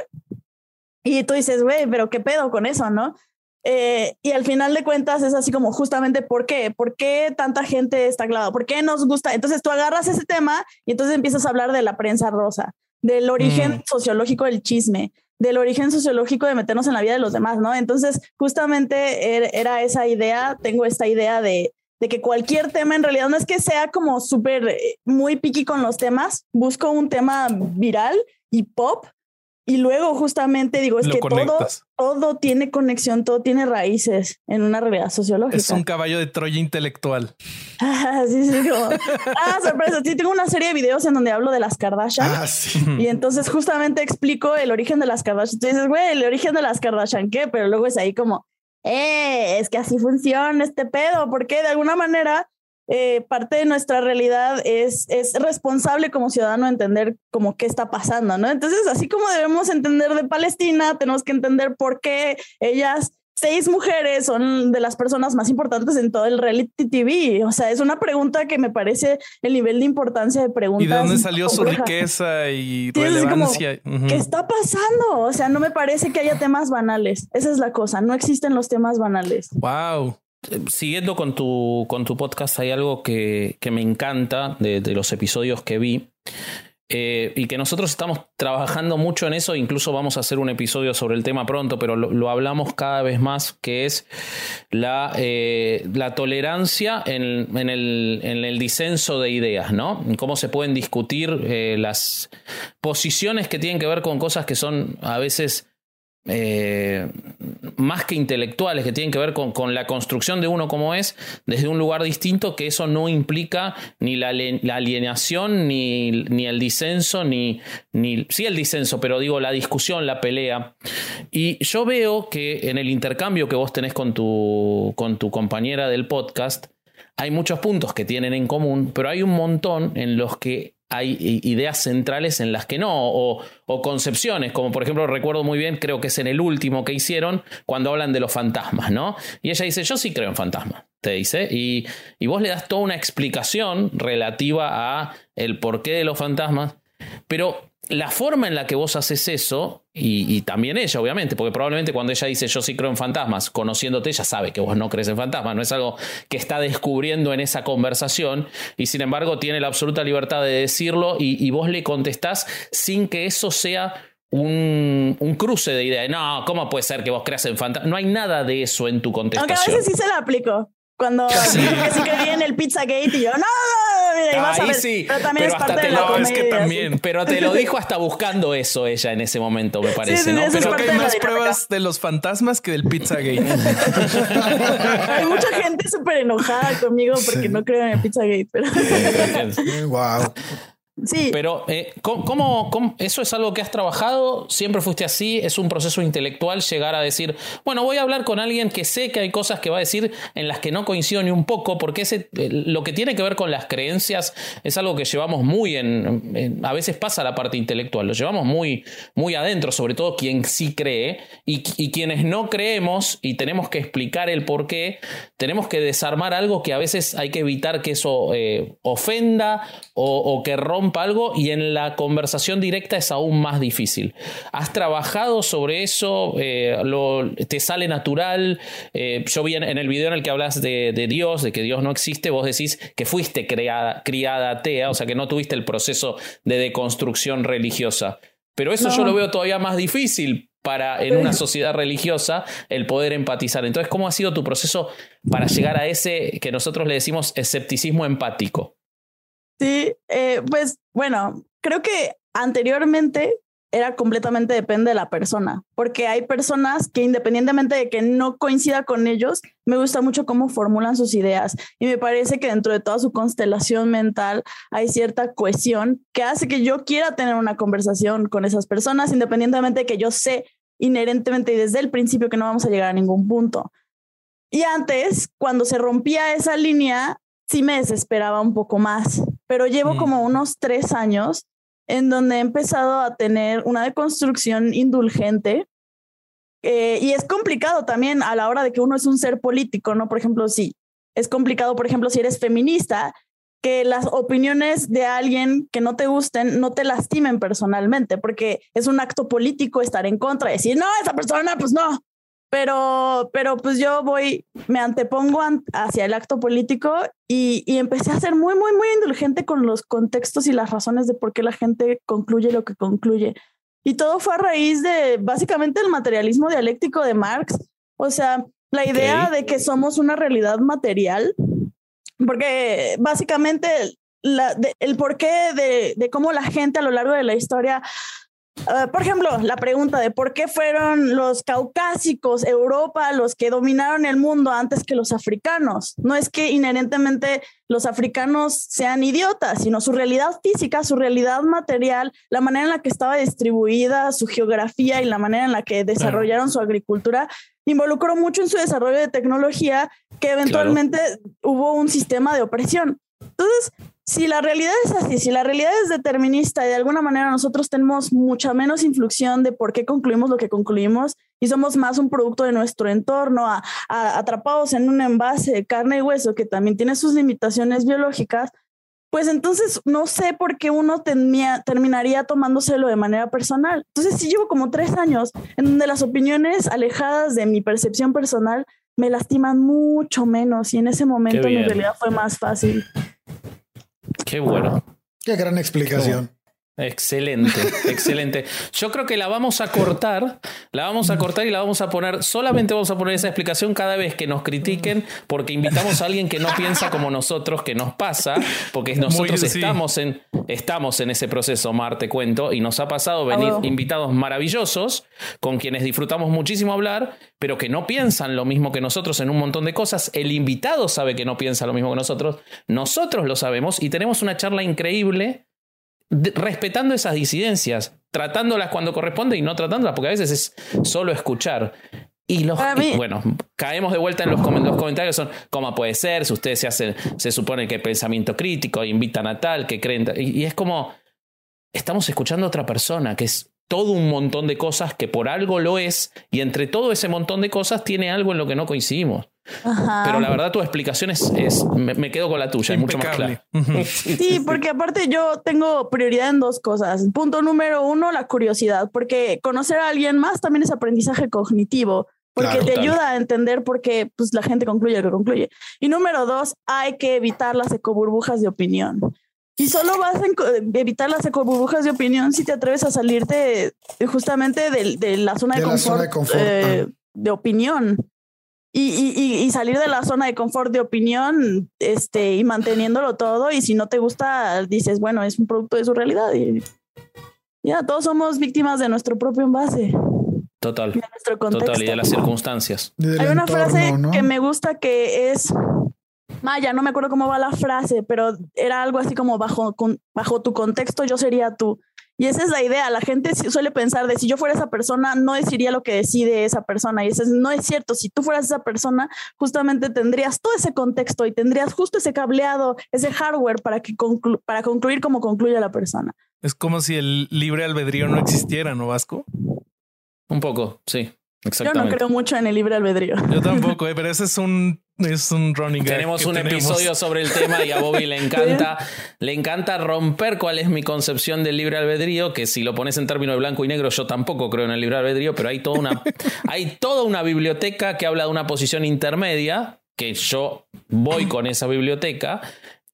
Y tú dices, güey, pero qué pedo con eso, ¿no? Eh, y al final de cuentas es así como justamente ¿por qué? ¿Por qué tanta gente está clavada? ¿Por qué nos gusta? Entonces tú agarras ese tema y entonces empiezas a hablar de la prensa rosa, del origen mm. sociológico del chisme, del origen sociológico de meternos en la vida de los demás, ¿no? Entonces, justamente era esa idea, tengo esta idea de, de que cualquier tema en realidad no es que sea como súper eh, muy picky con los temas, busco un tema viral y pop y luego justamente digo, es Lo que todo, todo tiene conexión, todo tiene raíces en una realidad sociológica. Es un caballo de Troya intelectual. Ah, sí, sí, como, ah, sorpresa. Sí, tengo una serie de videos en donde hablo de las Kardashian. Ah, sí. Y entonces justamente explico el origen de las Kardashian. Tú dices, güey, el origen de las Kardashian, ¿qué? Pero luego es ahí como, eh, es que así funciona este pedo, porque de alguna manera eh, parte de nuestra realidad es, es responsable como ciudadano entender como qué está pasando, ¿no? Entonces, así como debemos entender de Palestina, tenemos que entender por qué ellas, seis mujeres, son de las personas más importantes en todo el reality T V. O sea, es una pregunta que me parece el nivel de importancia de preguntas. ¿Y de dónde salió su riqueza y sí, relevancia? Como, uh-huh. ¿Qué está pasando? O sea, no me parece que haya temas banales. Esa es la cosa. No existen los temas banales. Wow. Siguiendo con tu, con tu podcast, hay algo que, que me encanta de, de los episodios que vi. Eh, y que nosotros estamos trabajando mucho en eso, incluso vamos a hacer un episodio sobre el tema pronto, pero lo, lo hablamos cada vez más, que es la, eh, la tolerancia en, en, el, en el disenso de ideas, ¿no? Cómo se pueden discutir eh, las posiciones que tienen que ver con cosas que son a veces Eh, más que intelectuales, que tienen que ver con, con la construcción de uno como es, desde un lugar distinto, que eso no implica ni la, la alienación, ni, ni el disenso, ni, ni sí el disenso, pero digo la discusión, la pelea. Y yo veo que en el intercambio que vos tenés con tu, con tu compañera del podcast, hay muchos puntos que tienen en común, pero hay un montón en los que hay ideas centrales en las que no, o, o concepciones, como por ejemplo recuerdo muy bien, creo que es en el último que hicieron, cuando hablan de los fantasmas, ¿no? Y ella dice, yo sí creo en fantasmas, te dice, y, y vos le das toda una explicación relativa a el porqué de los fantasmas, pero la forma en la que vos haces eso, y, y también ella, obviamente, porque probablemente cuando ella dice yo sí creo en fantasmas, conociéndote, ella sabe que vos no crees en fantasmas, no es algo que está descubriendo en esa conversación, y sin embargo tiene la absoluta libertad de decirlo, y, y vos le contestás sin que eso sea un, un cruce de ideas. No, ¿cómo puede ser que vos creas en fantasmas? No hay nada de eso en tu contestación. Aunque a veces sí se la aplico. Cuando sí. que sí que vi en el Pizzagate y yo, no, mira, y vas ahí a ver, sí, pero también pero es parte hasta de te la lo, comedia. Es que también. Pero te lo dijo hasta buscando eso ella en ese momento, me parece, sí, sí, ¿no? Eso pero es que hay más de pruebas de los fantasmas que del Pizzagate. Hay mucha gente súper enojada conmigo porque sí. no creo en el Pizzagate, pero... Wow. Sí. Pero, eh, ¿cómo, cómo, cómo, ¿eso es algo que has trabajado? ¿Siempre fuiste así? ¿Es un proceso intelectual llegar a decir, bueno, voy a hablar con alguien que sé que hay cosas que va a decir en las que no coincido ni un poco? Porque ese, lo que tiene que ver con las creencias es algo que llevamos muy en, en... A veces pasa la parte intelectual, lo llevamos muy, muy adentro, sobre todo quien sí cree. Y, y quienes no creemos y tenemos que explicar el por qué, tenemos que desarmar algo que a veces hay que evitar que eso eh, ofenda o, o que rompa algo, y en la conversación directa es aún más difícil. ¿Has trabajado sobre eso? Eh, lo, ¿Te sale natural? Eh, yo vi en, en el video en el que hablas de, de Dios, de que Dios no existe, vos decís que fuiste creada, criada atea, o sea que no tuviste el proceso de deconstrucción religiosa. Pero eso no. Yo lo veo todavía más difícil para en una sociedad religiosa el poder empatizar. Entonces, ¿cómo ha sido tu proceso para llegar a ese que nosotros le decimos escepticismo empático? Sí, eh, pues bueno, creo que anteriormente era completamente depende de la persona, porque hay personas que independientemente de que no coincida con ellos, me gusta mucho cómo formulan sus ideas y me parece que dentro de toda su constelación mental hay cierta cohesión que hace que yo quiera tener una conversación con esas personas, independientemente de que yo sé inherentemente y desde el principio que no vamos a llegar a ningún punto. Y antes, cuando se rompía esa línea, sí me desesperaba un poco más, pero llevo mm. como unos tres años en donde he empezado a tener una deconstrucción indulgente eh, y es complicado también a la hora de que uno es un ser político, ¿no? Por ejemplo, sí, es complicado, por ejemplo, si eres feminista, que las opiniones de alguien que no te gusten no te lastimen personalmente, porque es un acto político estar en contra y decir, no, esa persona, pues no. Pero, pero pues yo voy, me antepongo an, hacia el acto político y, y empecé a ser muy, muy, muy indulgente con los contextos y las razones de por qué la gente concluye lo que concluye. Y todo fue a raíz de básicamente el materialismo dialéctico de Marx. O sea, la idea okay. de que somos una realidad material porque básicamente la, de, el porqué de, de cómo la gente a lo largo de la historia, uh, por ejemplo, la pregunta de por qué fueron los caucásicos, Europa, los que dominaron el mundo antes que los africanos. No es que inherentemente los africanos sean idiotas, sino su realidad física, su realidad material, la manera en la que estaba distribuida, su geografía y la manera en la que desarrollaron claro. su agricultura, involucró mucho en su desarrollo de tecnología, que eventualmente claro. hubo un sistema de opresión. Entonces, si la realidad es así, si la realidad es determinista y de alguna manera nosotros tenemos mucha menos influencia de por qué concluimos lo que concluimos y somos más un producto de nuestro entorno, a, a, atrapados en un envase de carne y hueso que también tiene sus limitaciones biológicas, pues entonces no sé por qué uno tenía, terminaría tomándoselo de manera personal. Entonces sí llevo como tres años en donde las opiniones alejadas de mi percepción personal me lastiman mucho menos y en ese momento mi realidad fue más fácil. Qué bueno. Qué gran explicación. Qué excelente, excelente. Yo creo que la vamos a cortar, la vamos a cortar y la vamos a poner, solamente vamos a poner esa explicación cada vez que nos critiquen, porque invitamos a alguien que no piensa como nosotros, que nos pasa, porque nosotros Muy, estamos, sí. en, estamos en ese proceso, Mar, te cuento, y nos ha pasado venir oh. invitados maravillosos, con quienes disfrutamos muchísimo hablar, pero que no piensan lo mismo que nosotros en un montón de cosas. El invitado sabe que no piensa lo mismo que nosotros, nosotros lo sabemos, y tenemos una charla increíble De, respetando esas disidencias, tratándolas cuando corresponde y no tratándolas, porque a veces es solo escuchar. Y, los, y bueno, caemos de vuelta en los, com los comentarios, son ¿cómo puede ser? Si ustedes se hacen, se supone que pensamiento crítico, invitan a tal, que creen... Y, y es como, estamos escuchando a otra persona, que es todo un montón de cosas que por algo lo es, y entre todo ese montón de cosas tiene algo en lo que no coincidimos. Ajá. Pero la verdad tu explicación es, es me, me quedo con la tuya, es mucho más clara. Sí, porque aparte yo tengo prioridad en dos cosas. Punto número uno, la curiosidad, porque conocer a alguien más también es aprendizaje cognitivo, porque claro, te total. ayuda a entender por qué pues, la gente concluye lo que concluye. Y número dos, hay que evitar las ecoburbujas de opinión. Y solo vas a evitar las ecoburbujas de opinión si te atreves a salirte justamente de, de la zona de, de confort, zona de, confort eh, ah. de opinión. Y, y, y salir de la zona de confort de opinión este, y manteniéndolo todo. Y si no te gusta, dices, bueno, es un producto de su realidad. Y ya, todos somos víctimas de nuestro propio envase. Total. De nuestro contexto. Total, y de las circunstancias. Hay una entorno, frase ¿no? que me gusta que es... Maya, no me acuerdo cómo va la frase, pero era algo así como bajo, con, bajo tu contexto yo sería tú. Y esa es la idea. La gente suele pensar de si yo fuera esa persona, no decidiría lo que decide esa persona. Y eso es, no es cierto. Si tú fueras esa persona, justamente tendrías todo ese contexto y tendrías justo ese cableado, ese hardware para, que conclu para concluir como concluye la persona. Es como si el libre albedrío no existiera, ¿no, Vasco? Un poco, sí. Exactamente. Yo no creo mucho en el libre albedrío. Yo tampoco, eh, pero ese es un es un running gag. Tenemos un tenemos. episodio sobre el tema y a Bobby le encanta le encanta romper cuál es mi concepción del libre albedrío, que si lo pones en términos de blanco y negro, yo tampoco creo en el libre albedrío, pero hay toda una hay toda una biblioteca que habla de una posición intermedia, que yo voy con esa biblioteca.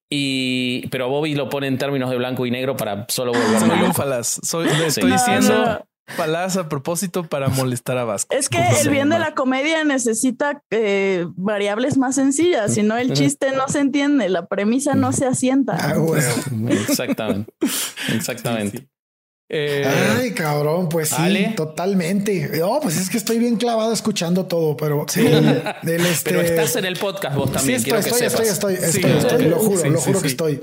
Y, pero Bobby lo pone en términos de blanco y negro para solo volver. Soy un falaz. Soy, le estoy no, diciendo no. falaz a propósito para molestar a Vasco. Es que el bien de la comedia necesita eh, variables más sencillas, si no el chiste no se entiende, la premisa no se asienta. Ah, bueno. Exactamente. Exactamente. Sí, sí. Eh, Ay, cabrón, pues sí, ¿Ale? Totalmente. No, pues es que estoy bien clavado escuchando todo, pero sí. el, el este... Pero estás en el podcast vos también. Sí, estoy, quiero estoy, que estoy, sepas. estoy, estoy, sí, estoy, estoy, lo juro, sí, lo sí, juro sí, que sí. estoy.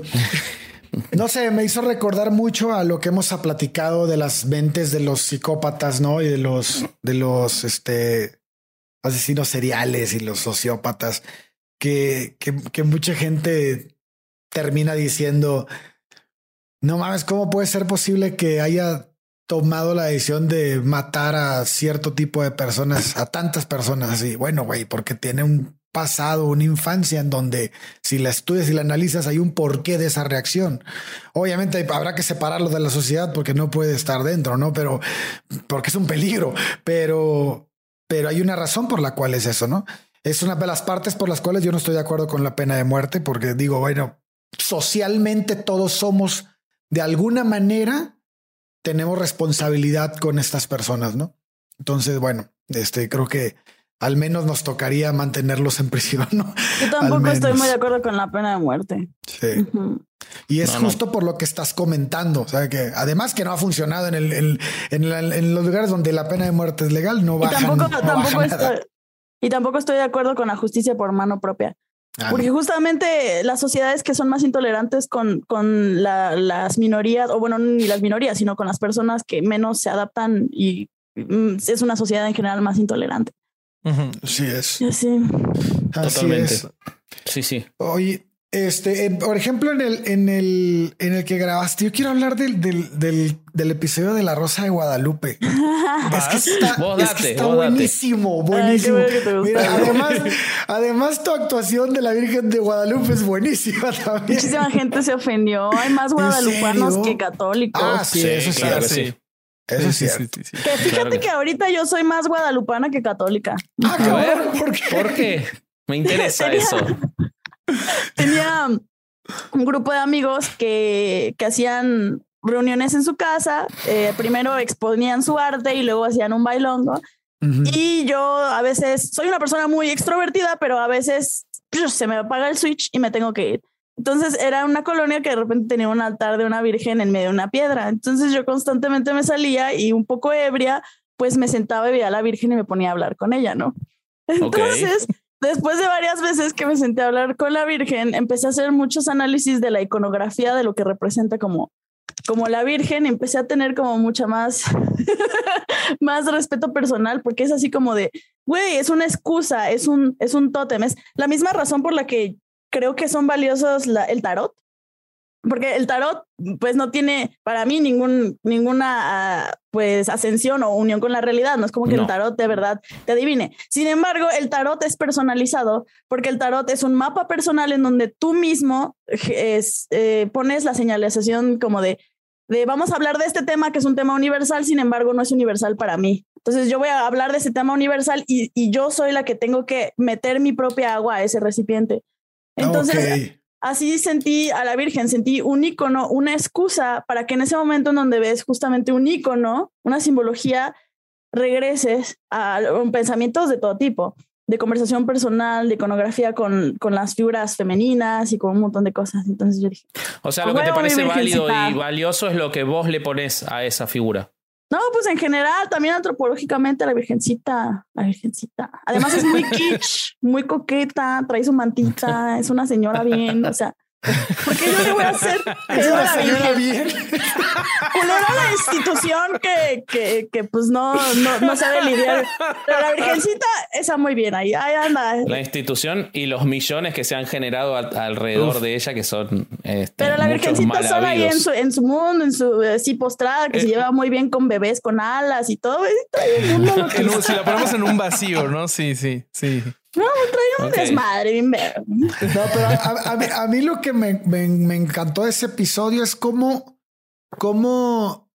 No sé, me hizo recordar mucho a lo que hemos platicado de las mentes de los psicópatas, ¿no? Y de los, de los este, asesinos seriales y los sociópatas, que, que, que mucha gente termina diciendo, no mames, ¿cómo puede ser posible que haya tomado la decisión de matar a cierto tipo de personas, a tantas personas así? Bueno, güey, porque tiene un pasado, una infancia en donde si la estudias y la analizas hay un porqué de esa reacción. Obviamente habrá que separarlo de la sociedad porque no puede estar dentro, ¿no? Pero porque es un peligro, pero, pero hay una razón por la cual es eso, ¿no? Es una de las partes por las cuales yo no estoy de acuerdo con la pena de muerte, porque digo, bueno, socialmente todos somos de alguna manera tenemos responsabilidad con estas personas, ¿no? Entonces, bueno, este creo que al menos nos tocaría mantenerlos en prisión, ¿no? Yo tampoco estoy muy de acuerdo con la pena de muerte. Sí. Uh-huh. Y es no, justo no. por lo que estás comentando. O sea, que además que no ha funcionado en, el, en, en, la, en los lugares donde la pena de muerte es legal, no bajan, y tampoco, no tampoco baja estoy, nada. Y tampoco estoy de acuerdo con la justicia por mano propia. Ah, porque no. justamente las sociedades que son más intolerantes con, con la, las minorías, o bueno, ni las minorías, sino con las personas que menos se adaptan, y mm, es una sociedad en general más intolerante. Uh-huh. Sí es. Sí. Así Totalmente. Es. Sí, sí. Oye, este, en, por ejemplo, en el, en el, en el que grabaste, yo quiero hablar del, del, del, del episodio de La Rosa de Guadalupe. Es que está, vos date, es que está vos buenísimo, date. buenísimo. Ay, bueno Mira, además, además tu actuación de la Virgen de Guadalupe es buenísima también. Muchísima gente se ofendió. Hay más guadalupanos que católicos. Ah, sí, sí eso claro sí. sí. Eso sí, es sí, cierto. sí, sí, sí. Que fíjate Claro que... que ahorita yo soy más guadalupana que católica. Ah, a ver, ¿por qué? ¿Por qué? Me interesa tenía, eso. Tenía un grupo de amigos que, que hacían reuniones en su casa. Eh, primero exponían su arte y luego hacían un bailongo. Uh-huh. Y yo a veces soy una persona muy extrovertida, pero a veces pues, se me apaga el switch y me tengo que ir. Entonces era una colonia que de repente tenía un altar de una virgen en medio de una piedra. Entonces yo constantemente me salía y un poco ebria, pues me sentaba y veía a la virgen y me ponía a hablar con ella, ¿no? Entonces, okay. después de varias veces que me senté a hablar con la virgen, empecé a hacer muchos análisis de la iconografía de lo que representa como, como la virgen. Empecé a tener como mucha más, más respeto personal, porque es así como de, güey, es una excusa, es un, es un tótem. Es la misma razón por la que creo que son valiosos la, el tarot, porque el tarot pues no tiene para mí ningún, ninguna uh, pues ascensión o unión con la realidad, no es como que no. el tarot de verdad te adivine. Sin embargo, el tarot es personalizado porque el tarot es un mapa personal en donde tú mismo es, eh, pones la señalización como de, de vamos a hablar de este tema que es un tema universal, sin embargo no es universal para mí. Entonces yo voy a hablar de ese tema universal y, y yo soy la que tengo que meter mi propia agua a ese recipiente. Entonces, okay. así sentí a la Virgen, sentí un icono, una excusa para que en ese momento en donde ves justamente un icono, una simbología, regreses a, a pensamientos de todo tipo, de conversación personal, de iconografía con, con las figuras femeninas y con un montón de cosas. Entonces yo dije... O sea, lo que te parece válido y valioso es lo que vos le pones a esa figura. No, pues en general, también antropológicamente la virgencita, la virgencita. Además es muy kitsch, muy coqueta, trae su mantita, es una señora bien, o sea, ¿por qué yo le voy a hacer? Es una señora bien. Culera la institución que, que, que pues no, no, no sabe lidiar. Pero la virgencita, esa muy bien, ahí, ahí anda. La institución y los millones que se han generado a, alrededor Uf. de ella, que son este, pero la virgencita sola ahí en su, en su mundo, en su eh, sí postrada, que eh. se lleva muy bien con bebés, con alas y todo. Un, si la ponemos en un vacío, ¿no? Sí, sí, sí. No, trae un okay. desmadre bien ver. No, pero a, a, mí, a mí lo que me, me, me encantó de ese episodio es cómo, cómo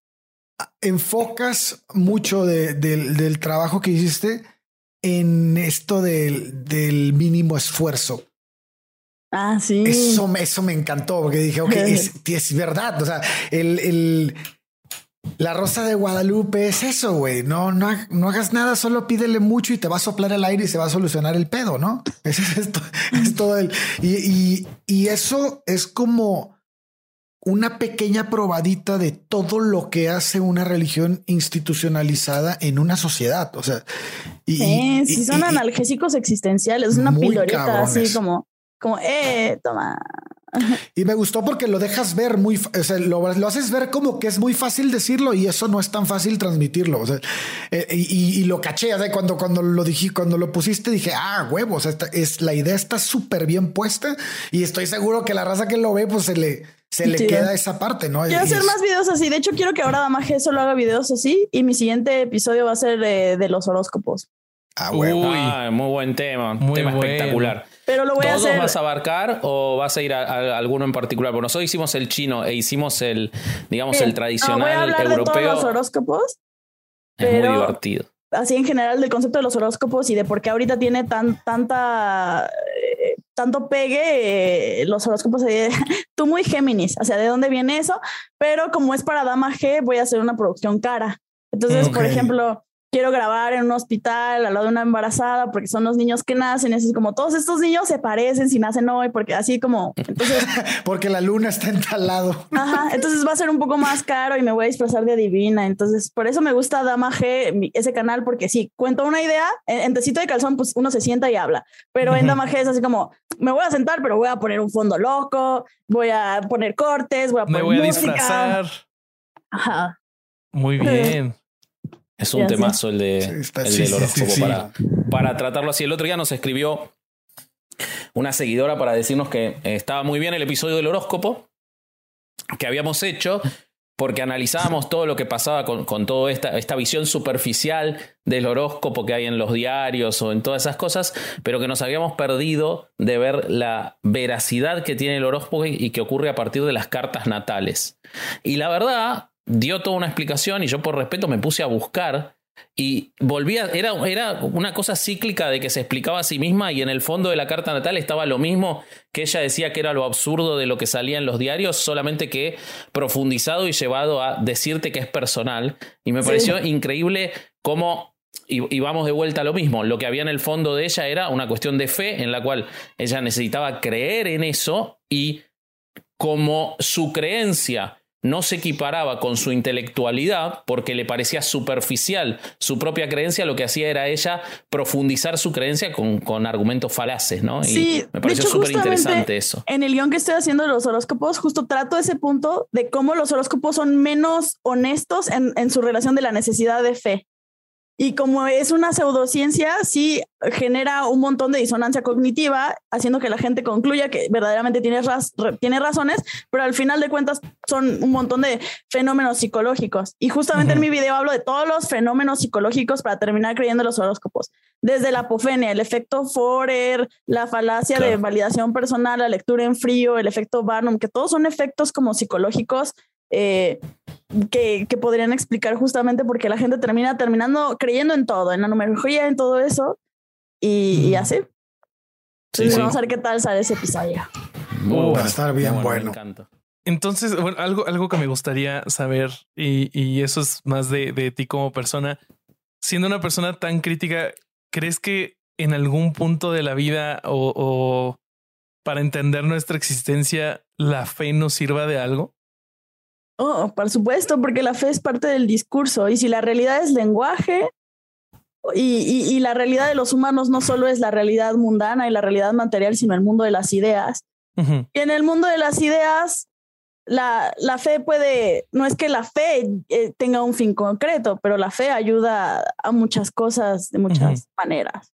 enfocas mucho de, de, del trabajo que hiciste en esto del, del mínimo esfuerzo. Ah, sí. Eso, eso me encantó porque dije, ok, es, es verdad. O sea, el, el La Rosa de Guadalupe es eso, güey. No, no, no hagas nada, solo pídele mucho y te va a soplar el aire y se va a solucionar el pedo, ¿no? Eso es, esto, es todo el... Y, y, y eso es como una pequeña probadita de todo lo que hace una religión institucionalizada en una sociedad. O sea... Y, eh, y, sí son y, existenciales existenciales. Es una pildorita cabrones. Así como... Como, eh, toma. Y me gustó porque lo dejas ver muy, o sea, lo, lo haces ver como que es muy fácil decirlo y eso no es tan fácil transmitirlo. O sea, eh, y, y lo caché, o sea, cuando, cuando lo dije, cuando lo pusiste, dije, ah, huevo, o sea, esta, es, la idea está súper bien puesta y estoy seguro que la raza que lo ve, pues se le, se le sí. queda esa parte, ¿no? Quiero y hacer es... más videos así. De hecho, quiero que ahora Damaje solo haga videos así y mi siguiente episodio va a ser eh, de los horóscopos. Ah, huevo. Uy, ah, muy buen tema, muy tema bueno. espectacular. Pero lo voy a hacer. ¿Todos vas a abarcar o vas a ir a, a alguno en particular? Porque nosotros hicimos el chino e hicimos el, digamos, sí. el tradicional no, voy a hablar europeo. De todos los horóscopos. Es pero muy divertido. Así en general del concepto de los horóscopos y de por qué ahorita tiene tan, tanta, eh, tanto pegue eh, los horóscopos. Eh, tú muy Géminis, o sea, ¿de dónde viene eso? Pero como es para Dama G, voy a hacer una producción cara. Entonces, okay. por ejemplo... quiero grabar en un hospital al lado de una embarazada porque son los niños que nacen. Es como todos estos niños se parecen si nacen hoy, porque así como entonces porque la luna está en tal lado. Ajá, entonces va a ser un poco más caro y me voy a disfrazar de adivina. Entonces por eso me gusta Dama G, ese canal, porque sí, cuento una idea en, en Tecito de Calzón, pues uno se sienta y habla, pero uh-huh. en Dama G es así como me voy a sentar, pero voy a poner un fondo loco, voy a poner cortes, voy a poner me voy a música. disfrazar. Ajá. Muy bien. Es un ya temazo sí. el, de, sí, está, el sí, del horóscopo sí, sí, para, sí. para tratarlo así. El otro día nos escribió una seguidora para decirnos que estaba muy bien el episodio del horóscopo que habíamos hecho porque analizábamos todo lo que pasaba con, con toda esta, esta visión superficial del horóscopo que hay en los diarios o en todas esas cosas, pero que nos habíamos perdido de ver la veracidad que tiene el horóscopo y que ocurre a partir de las cartas natales. Y la verdad, dio toda una explicación y yo por respeto me puse a buscar y volvía, era, era una cosa cíclica de que se explicaba a sí misma y en el fondo de la carta natal estaba lo mismo que ella decía que era lo absurdo de lo que salía en los diarios, solamente que profundizado y llevado a decirte que es personal. Y me sí. pareció increíble cómo, y, y vamos de vuelta a lo mismo, lo que había en el fondo de ella era una cuestión de fe en la cual ella necesitaba creer en eso y como su creencia no se equiparaba con su intelectualidad porque le parecía superficial su propia creencia, lo que hacía era ella profundizar su creencia con, con argumentos falaces, ¿no? Sí, y me pareció súper interesante eso. En el guión que estoy haciendo de los horóscopos, justo trato ese punto de cómo los horóscopos son menos honestos en, en su relación de la necesidad de fe. Y como es una pseudociencia, sí genera un montón de disonancia cognitiva, haciendo que la gente concluya que verdaderamente tiene, raz- tiene razones, pero al final de cuentas son un montón de fenómenos psicológicos. Y justamente uh-huh. en mi video hablo de todos los fenómenos psicológicos para terminar creyendo en los horóscopos. Desde la apofenia, el efecto Forer, la falacia claro. de validación personal, la lectura en frío, el efecto Barnum, que todos son efectos como psicológicos eh, que, que podrían explicar justamente por qué la gente termina terminando creyendo en todo, en la numerología, en todo eso y, mm. y así. Entonces, sí, vamos sí. a ver qué tal sale ese episodio. Uh, va a estar bien bueno. bueno. Entonces, bueno, algo, algo que me gustaría saber y, y eso es más de, de ti como persona, siendo una persona tan crítica, ¿crees que en algún punto de la vida o, o para entender nuestra existencia la fe nos sirva de algo? Oh, por supuesto, porque la fe es parte del discurso y si la realidad es lenguaje y, y, y la realidad de los humanos no solo es la realidad mundana y la realidad material, sino el mundo de las ideas. Uh-huh. Y en el mundo de las ideas, la, la fe puede, no es que la fe eh, tenga un fin concreto, pero la fe ayuda a muchas cosas de muchas uh-huh. maneras.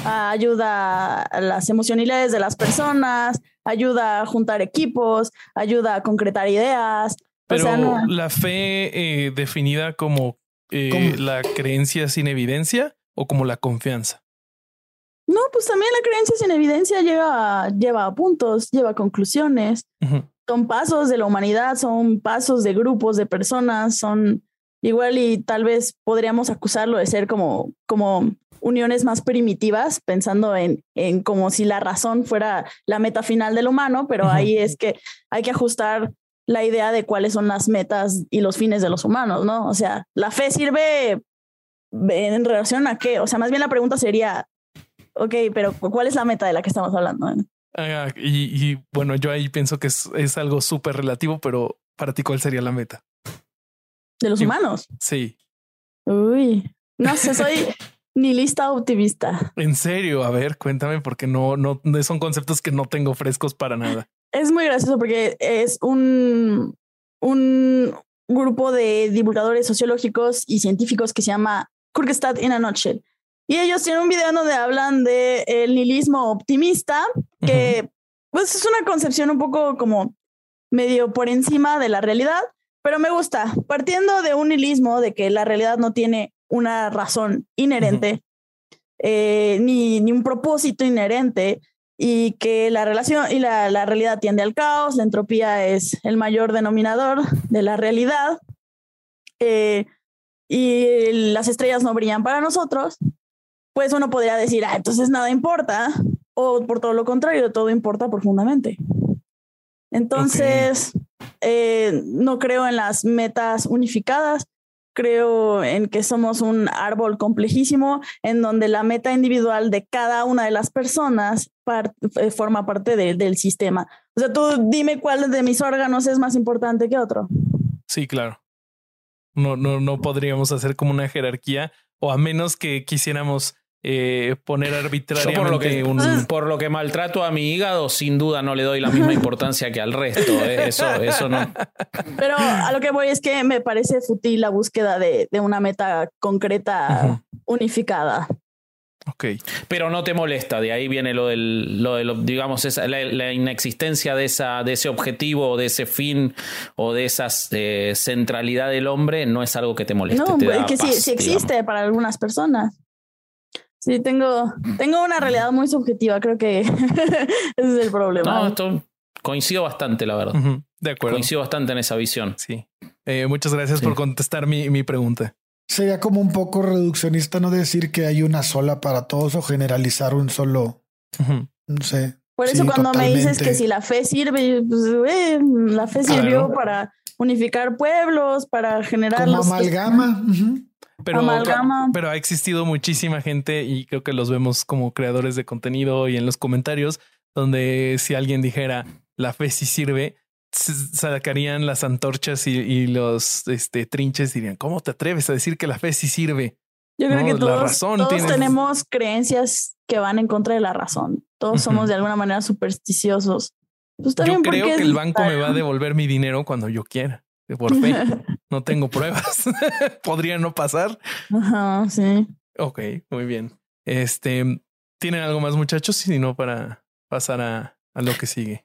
Ayuda a las emocionalidades de las personas, ayuda a juntar equipos, ayuda a concretar ideas. Pero o sea, no. la fe eh, definida como eh, la creencia sin evidencia o como la confianza. No, pues también la creencia sin evidencia lleva, lleva a puntos, lleva a conclusiones. Uh-huh. Son pasos de la humanidad, son pasos de grupos de personas, son igual y tal vez podríamos acusarlo de ser como, como uniones más primitivas, pensando en, en como si la razón fuera la meta final del humano, pero uh-huh. ahí es que hay que ajustar la idea de cuáles son las metas y los fines de los humanos, ¿no? O sea, la fe sirve en relación a qué, o sea, más bien la pregunta sería, ok, pero ¿cuál es la meta de la que estamos hablando? ¿Eh? Ah, y, y bueno, yo ahí pienso que es, es algo súper relativo, pero para ti, ¿cuál sería la meta? ¿De los y, humanos? Sí. Uy, no sé, soy nihilista optimista. En serio, a ver, cuéntame, porque no, no, son conceptos que no tengo frescos para nada. Es muy gracioso porque es un, un grupo de divulgadores sociológicos y científicos que se llama Kyrgyzstan in a Nutshell. Y ellos tienen un video donde hablan de el nihilismo optimista, que uh-huh. pues es una concepción un poco como medio por encima de la realidad, pero me gusta, partiendo de un nihilismo de que la realidad no tiene una razón inherente, uh-huh. eh, ni, ni un propósito inherente, y que la relación y la, la realidad tiende al caos, la entropía es el mayor denominador de la realidad, eh, y las estrellas no brillan para nosotros, pues uno podría decir, ah, entonces nada importa, o por todo lo contrario, todo importa profundamente. Entonces, okay. eh, no creo en las metas unificadas, creo en que somos un árbol complejísimo en donde la meta individual de cada una de las personas part, eh, forma parte de, del sistema. O sea, tú dime cuál de mis órganos es más importante que otro. Sí, claro. No, no, no podríamos hacer como una jerarquía, o a menos que quisiéramos eh, poner arbitrariamente. Yo por lo que, un... por lo que maltrato a mi hígado, sin duda no le doy la misma importancia que al resto. ¿eh? Eso, eso no. Pero a lo que voy es que me parece fútil la búsqueda de, de una meta concreta uh-huh. unificada. Ok. Pero no te molesta, de ahí viene lo del, lo de lo, digamos, esa, la, la inexistencia de esa, de ese objetivo, de ese fin o de esa eh, centralidad del hombre, no es algo que te moleste. No, te da que paz, sí, sí existe digamos. Para algunas personas. Sí, tengo, tengo una realidad muy subjetiva, creo que ese es el problema. No, esto coincido bastante, la verdad. Uh-huh. De acuerdo. Coincido bastante en esa visión. Sí. Eh, muchas gracias sí. por contestar mi, mi pregunta. Sería como un poco reduccionista no decir que hay una sola para todos o generalizar un solo. Uh-huh. No sé. Por eso sí, cuando totalmente. me dices que si la fe sirve, pues eh, la fe sirvió claro. para unificar pueblos, para generar como los amalgama. Uh-huh. Pero, amalgama. pero ha existido muchísima gente y creo que los vemos como creadores de contenido y en los comentarios donde si alguien dijera la fe sí sirve, sacarían las antorchas y, y los este, trinches y dirían, ¿cómo te atreves a decir que la fe sí sirve? Yo creo no, que todos, razón todos tienes... tenemos creencias que van en contra de la razón. Todos uh-huh. somos de alguna manera supersticiosos. Pues yo creo que el banco me va a devolver mi dinero cuando yo quiera. Por fe. No tengo pruebas. Podría no pasar. Ajá, sí. Ok, muy bien. Este, ¿tienen algo más, muchachos? Si no, para pasar a, a lo que sigue.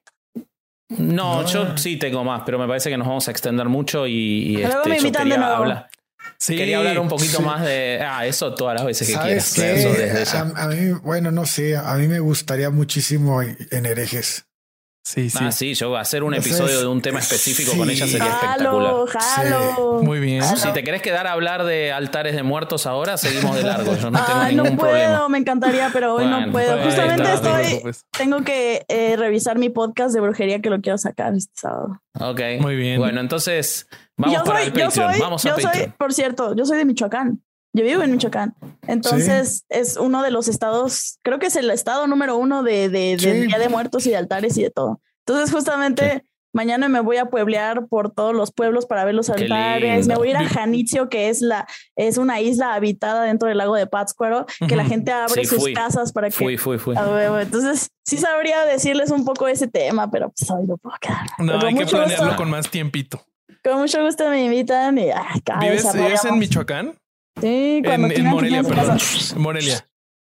No, no, yo sí tengo más, pero me parece que nos vamos a extender mucho y, y Luego este, me yo quería de nuevo. hablar. Sí, quería hablar un poquito sí. más de ah, eso todas las veces que ¿Sabes quieras. qué? Eso desde ya. A, a mí, bueno, no sé, a mí me gustaría muchísimo en herejes. Sí, sí. Ah, sí, yo voy a hacer un Entonces, episodio de un tema específico sí. con ella sería jalo, espectacular. Jalo. Sí. Muy bien. Jalo. Si te querés quedar a hablar de altares de muertos ahora, seguimos de largo. Yo no tengo Ay, ningún no puedo, problema. me encantaría, pero hoy Bueno, no puedo. pues, Justamente está, estoy, tengo que eh, revisar mi podcast de brujería que lo quiero sacar este sábado. Ok. Muy bien. Bueno, entonces vamos yo para soy, el Patreon. Yo soy, vamos a yo Patreon. soy, por cierto, yo soy de Michoacán. Yo vivo en Michoacán. Entonces sí. es uno de los estados, creo que es el estado número uno de, de, de sí. Día de Muertos y de altares y de todo. Entonces justamente sí. mañana me voy a pueblear por todos los pueblos para ver los altares. Me voy a ir a Janitzio, que es la es una isla habitada dentro del lago de Pátzcuaro, que uh-huh. la gente abre sí, sus fui. casas para que... Fui, fui, fui. Entonces sí sabría decirles un poco de ese tema, pero pues hoy no puedo quedar. No, pero hay que planearlo gusto, con más tiempito. Con mucho gusto me invitan y... Ay, ¿Vives, ¿Vives en Michoacán? Sí, cuando en, en Morelia, perdón. Morelia.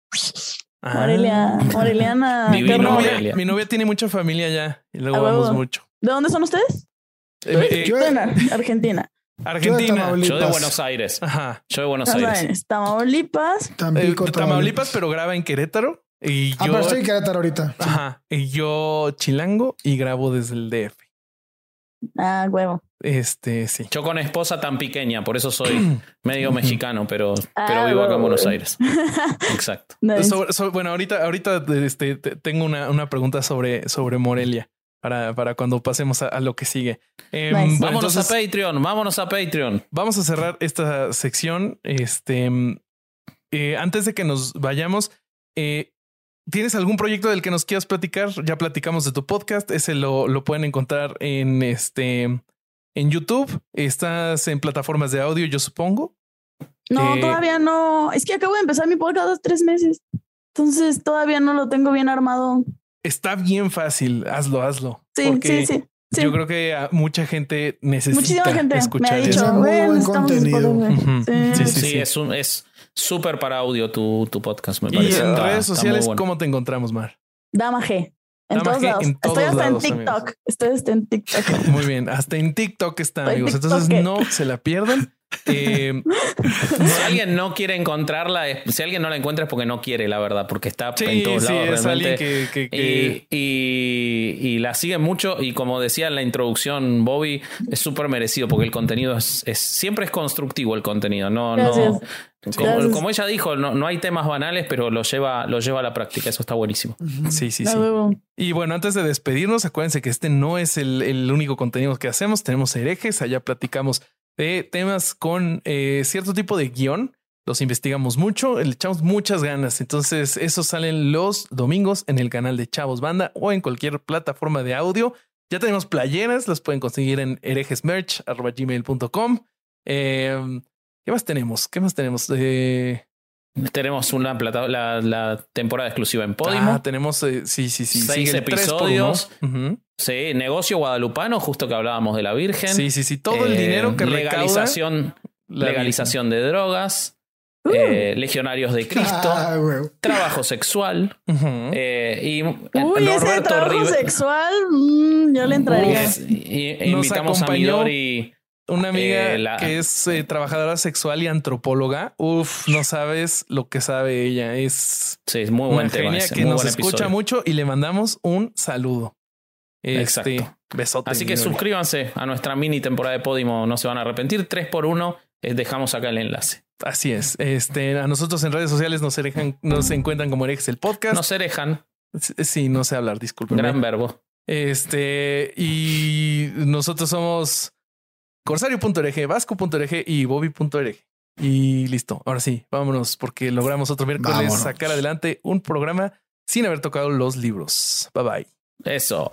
Ah. Morelia, Moreliana. Mi, mi, novia, mi novia tiene mucha familia allá y luego vamos mucho. ¿De dónde son ustedes? Eh, eh, yo de Argentina. Argentina. Yo de, yo de Buenos Aires. Ajá. Yo de Buenos Aires. Aires. Tamaulipas. Tampico, eh, Tamaulipas, pero graba en Querétaro. Y ah, yo, pero estoy en Querétaro ahorita. Sí. Ajá. Y yo chilango y grabo desde el D F. Ah, huevo. Este, sí. Yo con esposa tan pequeña, por eso soy medio mexicano, pero, ah, pero vivo acá en Buenos Aires. Exacto. Nice. Sobre, sobre, bueno, ahorita, ahorita este, tengo una, una pregunta sobre, sobre Morelia para, para cuando pasemos a, a lo que sigue. Eh, nice. bueno, vámonos entonces, a Patreon, vámonos a Patreon. Vamos a cerrar esta sección. Este, eh, antes de que nos vayamos, eh, ¿tienes algún proyecto del que nos quieras platicar? Ya platicamos de tu podcast. Ese lo, lo pueden encontrar en este en YouTube. Estás en plataformas de audio, yo supongo. No, eh, todavía no. Es que acabo de empezar mi podcast hace tres meses. Entonces todavía no lo tengo bien armado. Está bien fácil. Hazlo, hazlo. Sí, sí, sí, sí. Yo creo que a mucha gente necesita Muchísima gente escuchar me ha dicho, eso. Muy buen contenido. Uh-huh. Sí, sí, sí, sí, sí. es un es súper para audio tu, tu podcast, me y parece. en está, redes sociales, bueno. ¿cómo te encontramos, Mar? Dama G. En Dama todos G, lados. en todos Estoy hasta lados, en TikTok. amigos. Estoy hasta en TikTok. Muy bien. Hasta en TikTok está, Estoy amigos. TikTok. Entonces no se la pierdan. Eh, si alguien no quiere encontrarla, si alguien no la encuentra es porque no quiere, la verdad, porque está sí, en todos sí, lados es realmente. Que, que, que... Y, y, y la siguen mucho y como decía en la introducción Bobby, es súper merecido porque el contenido es, es siempre es constructivo el contenido. No, no, como, como ella dijo, no, no hay temas banales, pero lo lleva, lo lleva a la práctica. Eso está buenísimo. Sí, sí, sí. Y bueno, antes de despedirnos, acuérdense que este no es el, el único contenido que hacemos. Tenemos herejes, allá platicamos de temas con eh, cierto tipo de guión. Los investigamos mucho, le echamos muchas ganas. Entonces, esos salen los domingos en el canal de Chavos Banda o en cualquier plataforma de audio. Ya tenemos playeras, las pueden conseguir en herejesmerch arroba gmail punto com. Eh, ¿Qué más tenemos? ¿Qué más tenemos? Eh, tenemos una plata, la, la temporada exclusiva en Podimo. Ah, tenemos, eh, sí, sí, sí. Seis episodios. Uh-huh. Sí, negocio guadalupano, justo que hablábamos de la Virgen. Sí, sí, sí. Todo eh, el dinero que legalización, recauda legalización de drogas. Uh. Eh, Legionarios de Cristo, ah, trabajo sexual. Uh-huh. eh, y Uy, Norberto ese trabajo Rive... sexual, mmm, yo le entraría. Uf, y, y invitamos a Midori, una amiga eh, la... que es eh, trabajadora sexual y antropóloga. Uf, no sabes lo que sabe ella. Es, sí, es muy buen una tema genia ese, que muy nos buen escucha episodio. mucho y le mandamos un saludo. Este, Exacto. Besote. Así que Midori. Suscríbanse a nuestra mini temporada de Podimo. No se van a arrepentir. tres por uno. Eh, dejamos acá el enlace. Así es. Este, a nosotros en redes sociales nos, herejan, nos encuentran como Herejes el Podcast. Nos herejan. Sí, no sé hablar, disculpen. Gran verbo. Este, y nosotros somos corsario punto org, vasco punto org y bobby punto org. Y listo. Ahora sí, vámonos, porque logramos otro miércoles vámonos. sacar adelante un programa sin haber tocado los libros. Bye bye. Eso.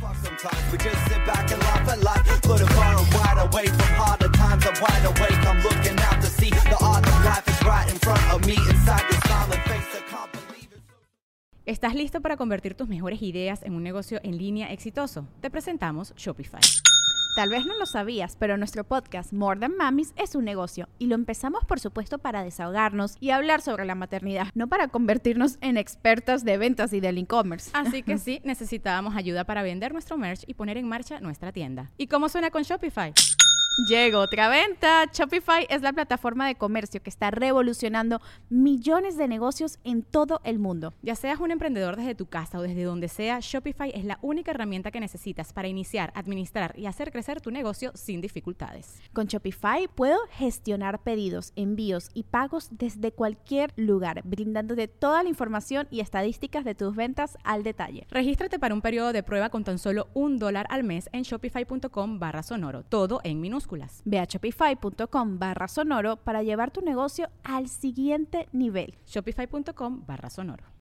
¿Estás listo para convertir tus mejores ideas en un negocio en línea exitoso? Te presentamos Shopify. Tal vez no lo sabías, pero nuestro podcast More Than Mamis es un negocio y lo empezamos por supuesto para desahogarnos y hablar sobre la maternidad, no para convertirnos en expertas de ventas y del e-commerce. Así que sí, necesitábamos ayuda para vender nuestro merch y poner en marcha nuestra tienda. ¿Y cómo suena con Shopify? Llegó otra venta. Shopify es la plataforma de comercio que está revolucionando millones de negocios en todo el mundo. Ya seas un emprendedor desde tu casa o desde donde sea, Shopify es la única herramienta que necesitas para iniciar, administrar y hacer crecer tu negocio sin dificultades. Con Shopify puedo gestionar pedidos, envíos y pagos desde cualquier lugar, brindándote toda la información y estadísticas de tus ventas al detalle. Regístrate para un periodo de prueba con tan solo un dólar al mes en shopify punto com barra sonoro, todo en minúsculas. Ve a shopify punto com barra sonoro para llevar tu negocio al siguiente nivel. shopify punto com barra sonoro.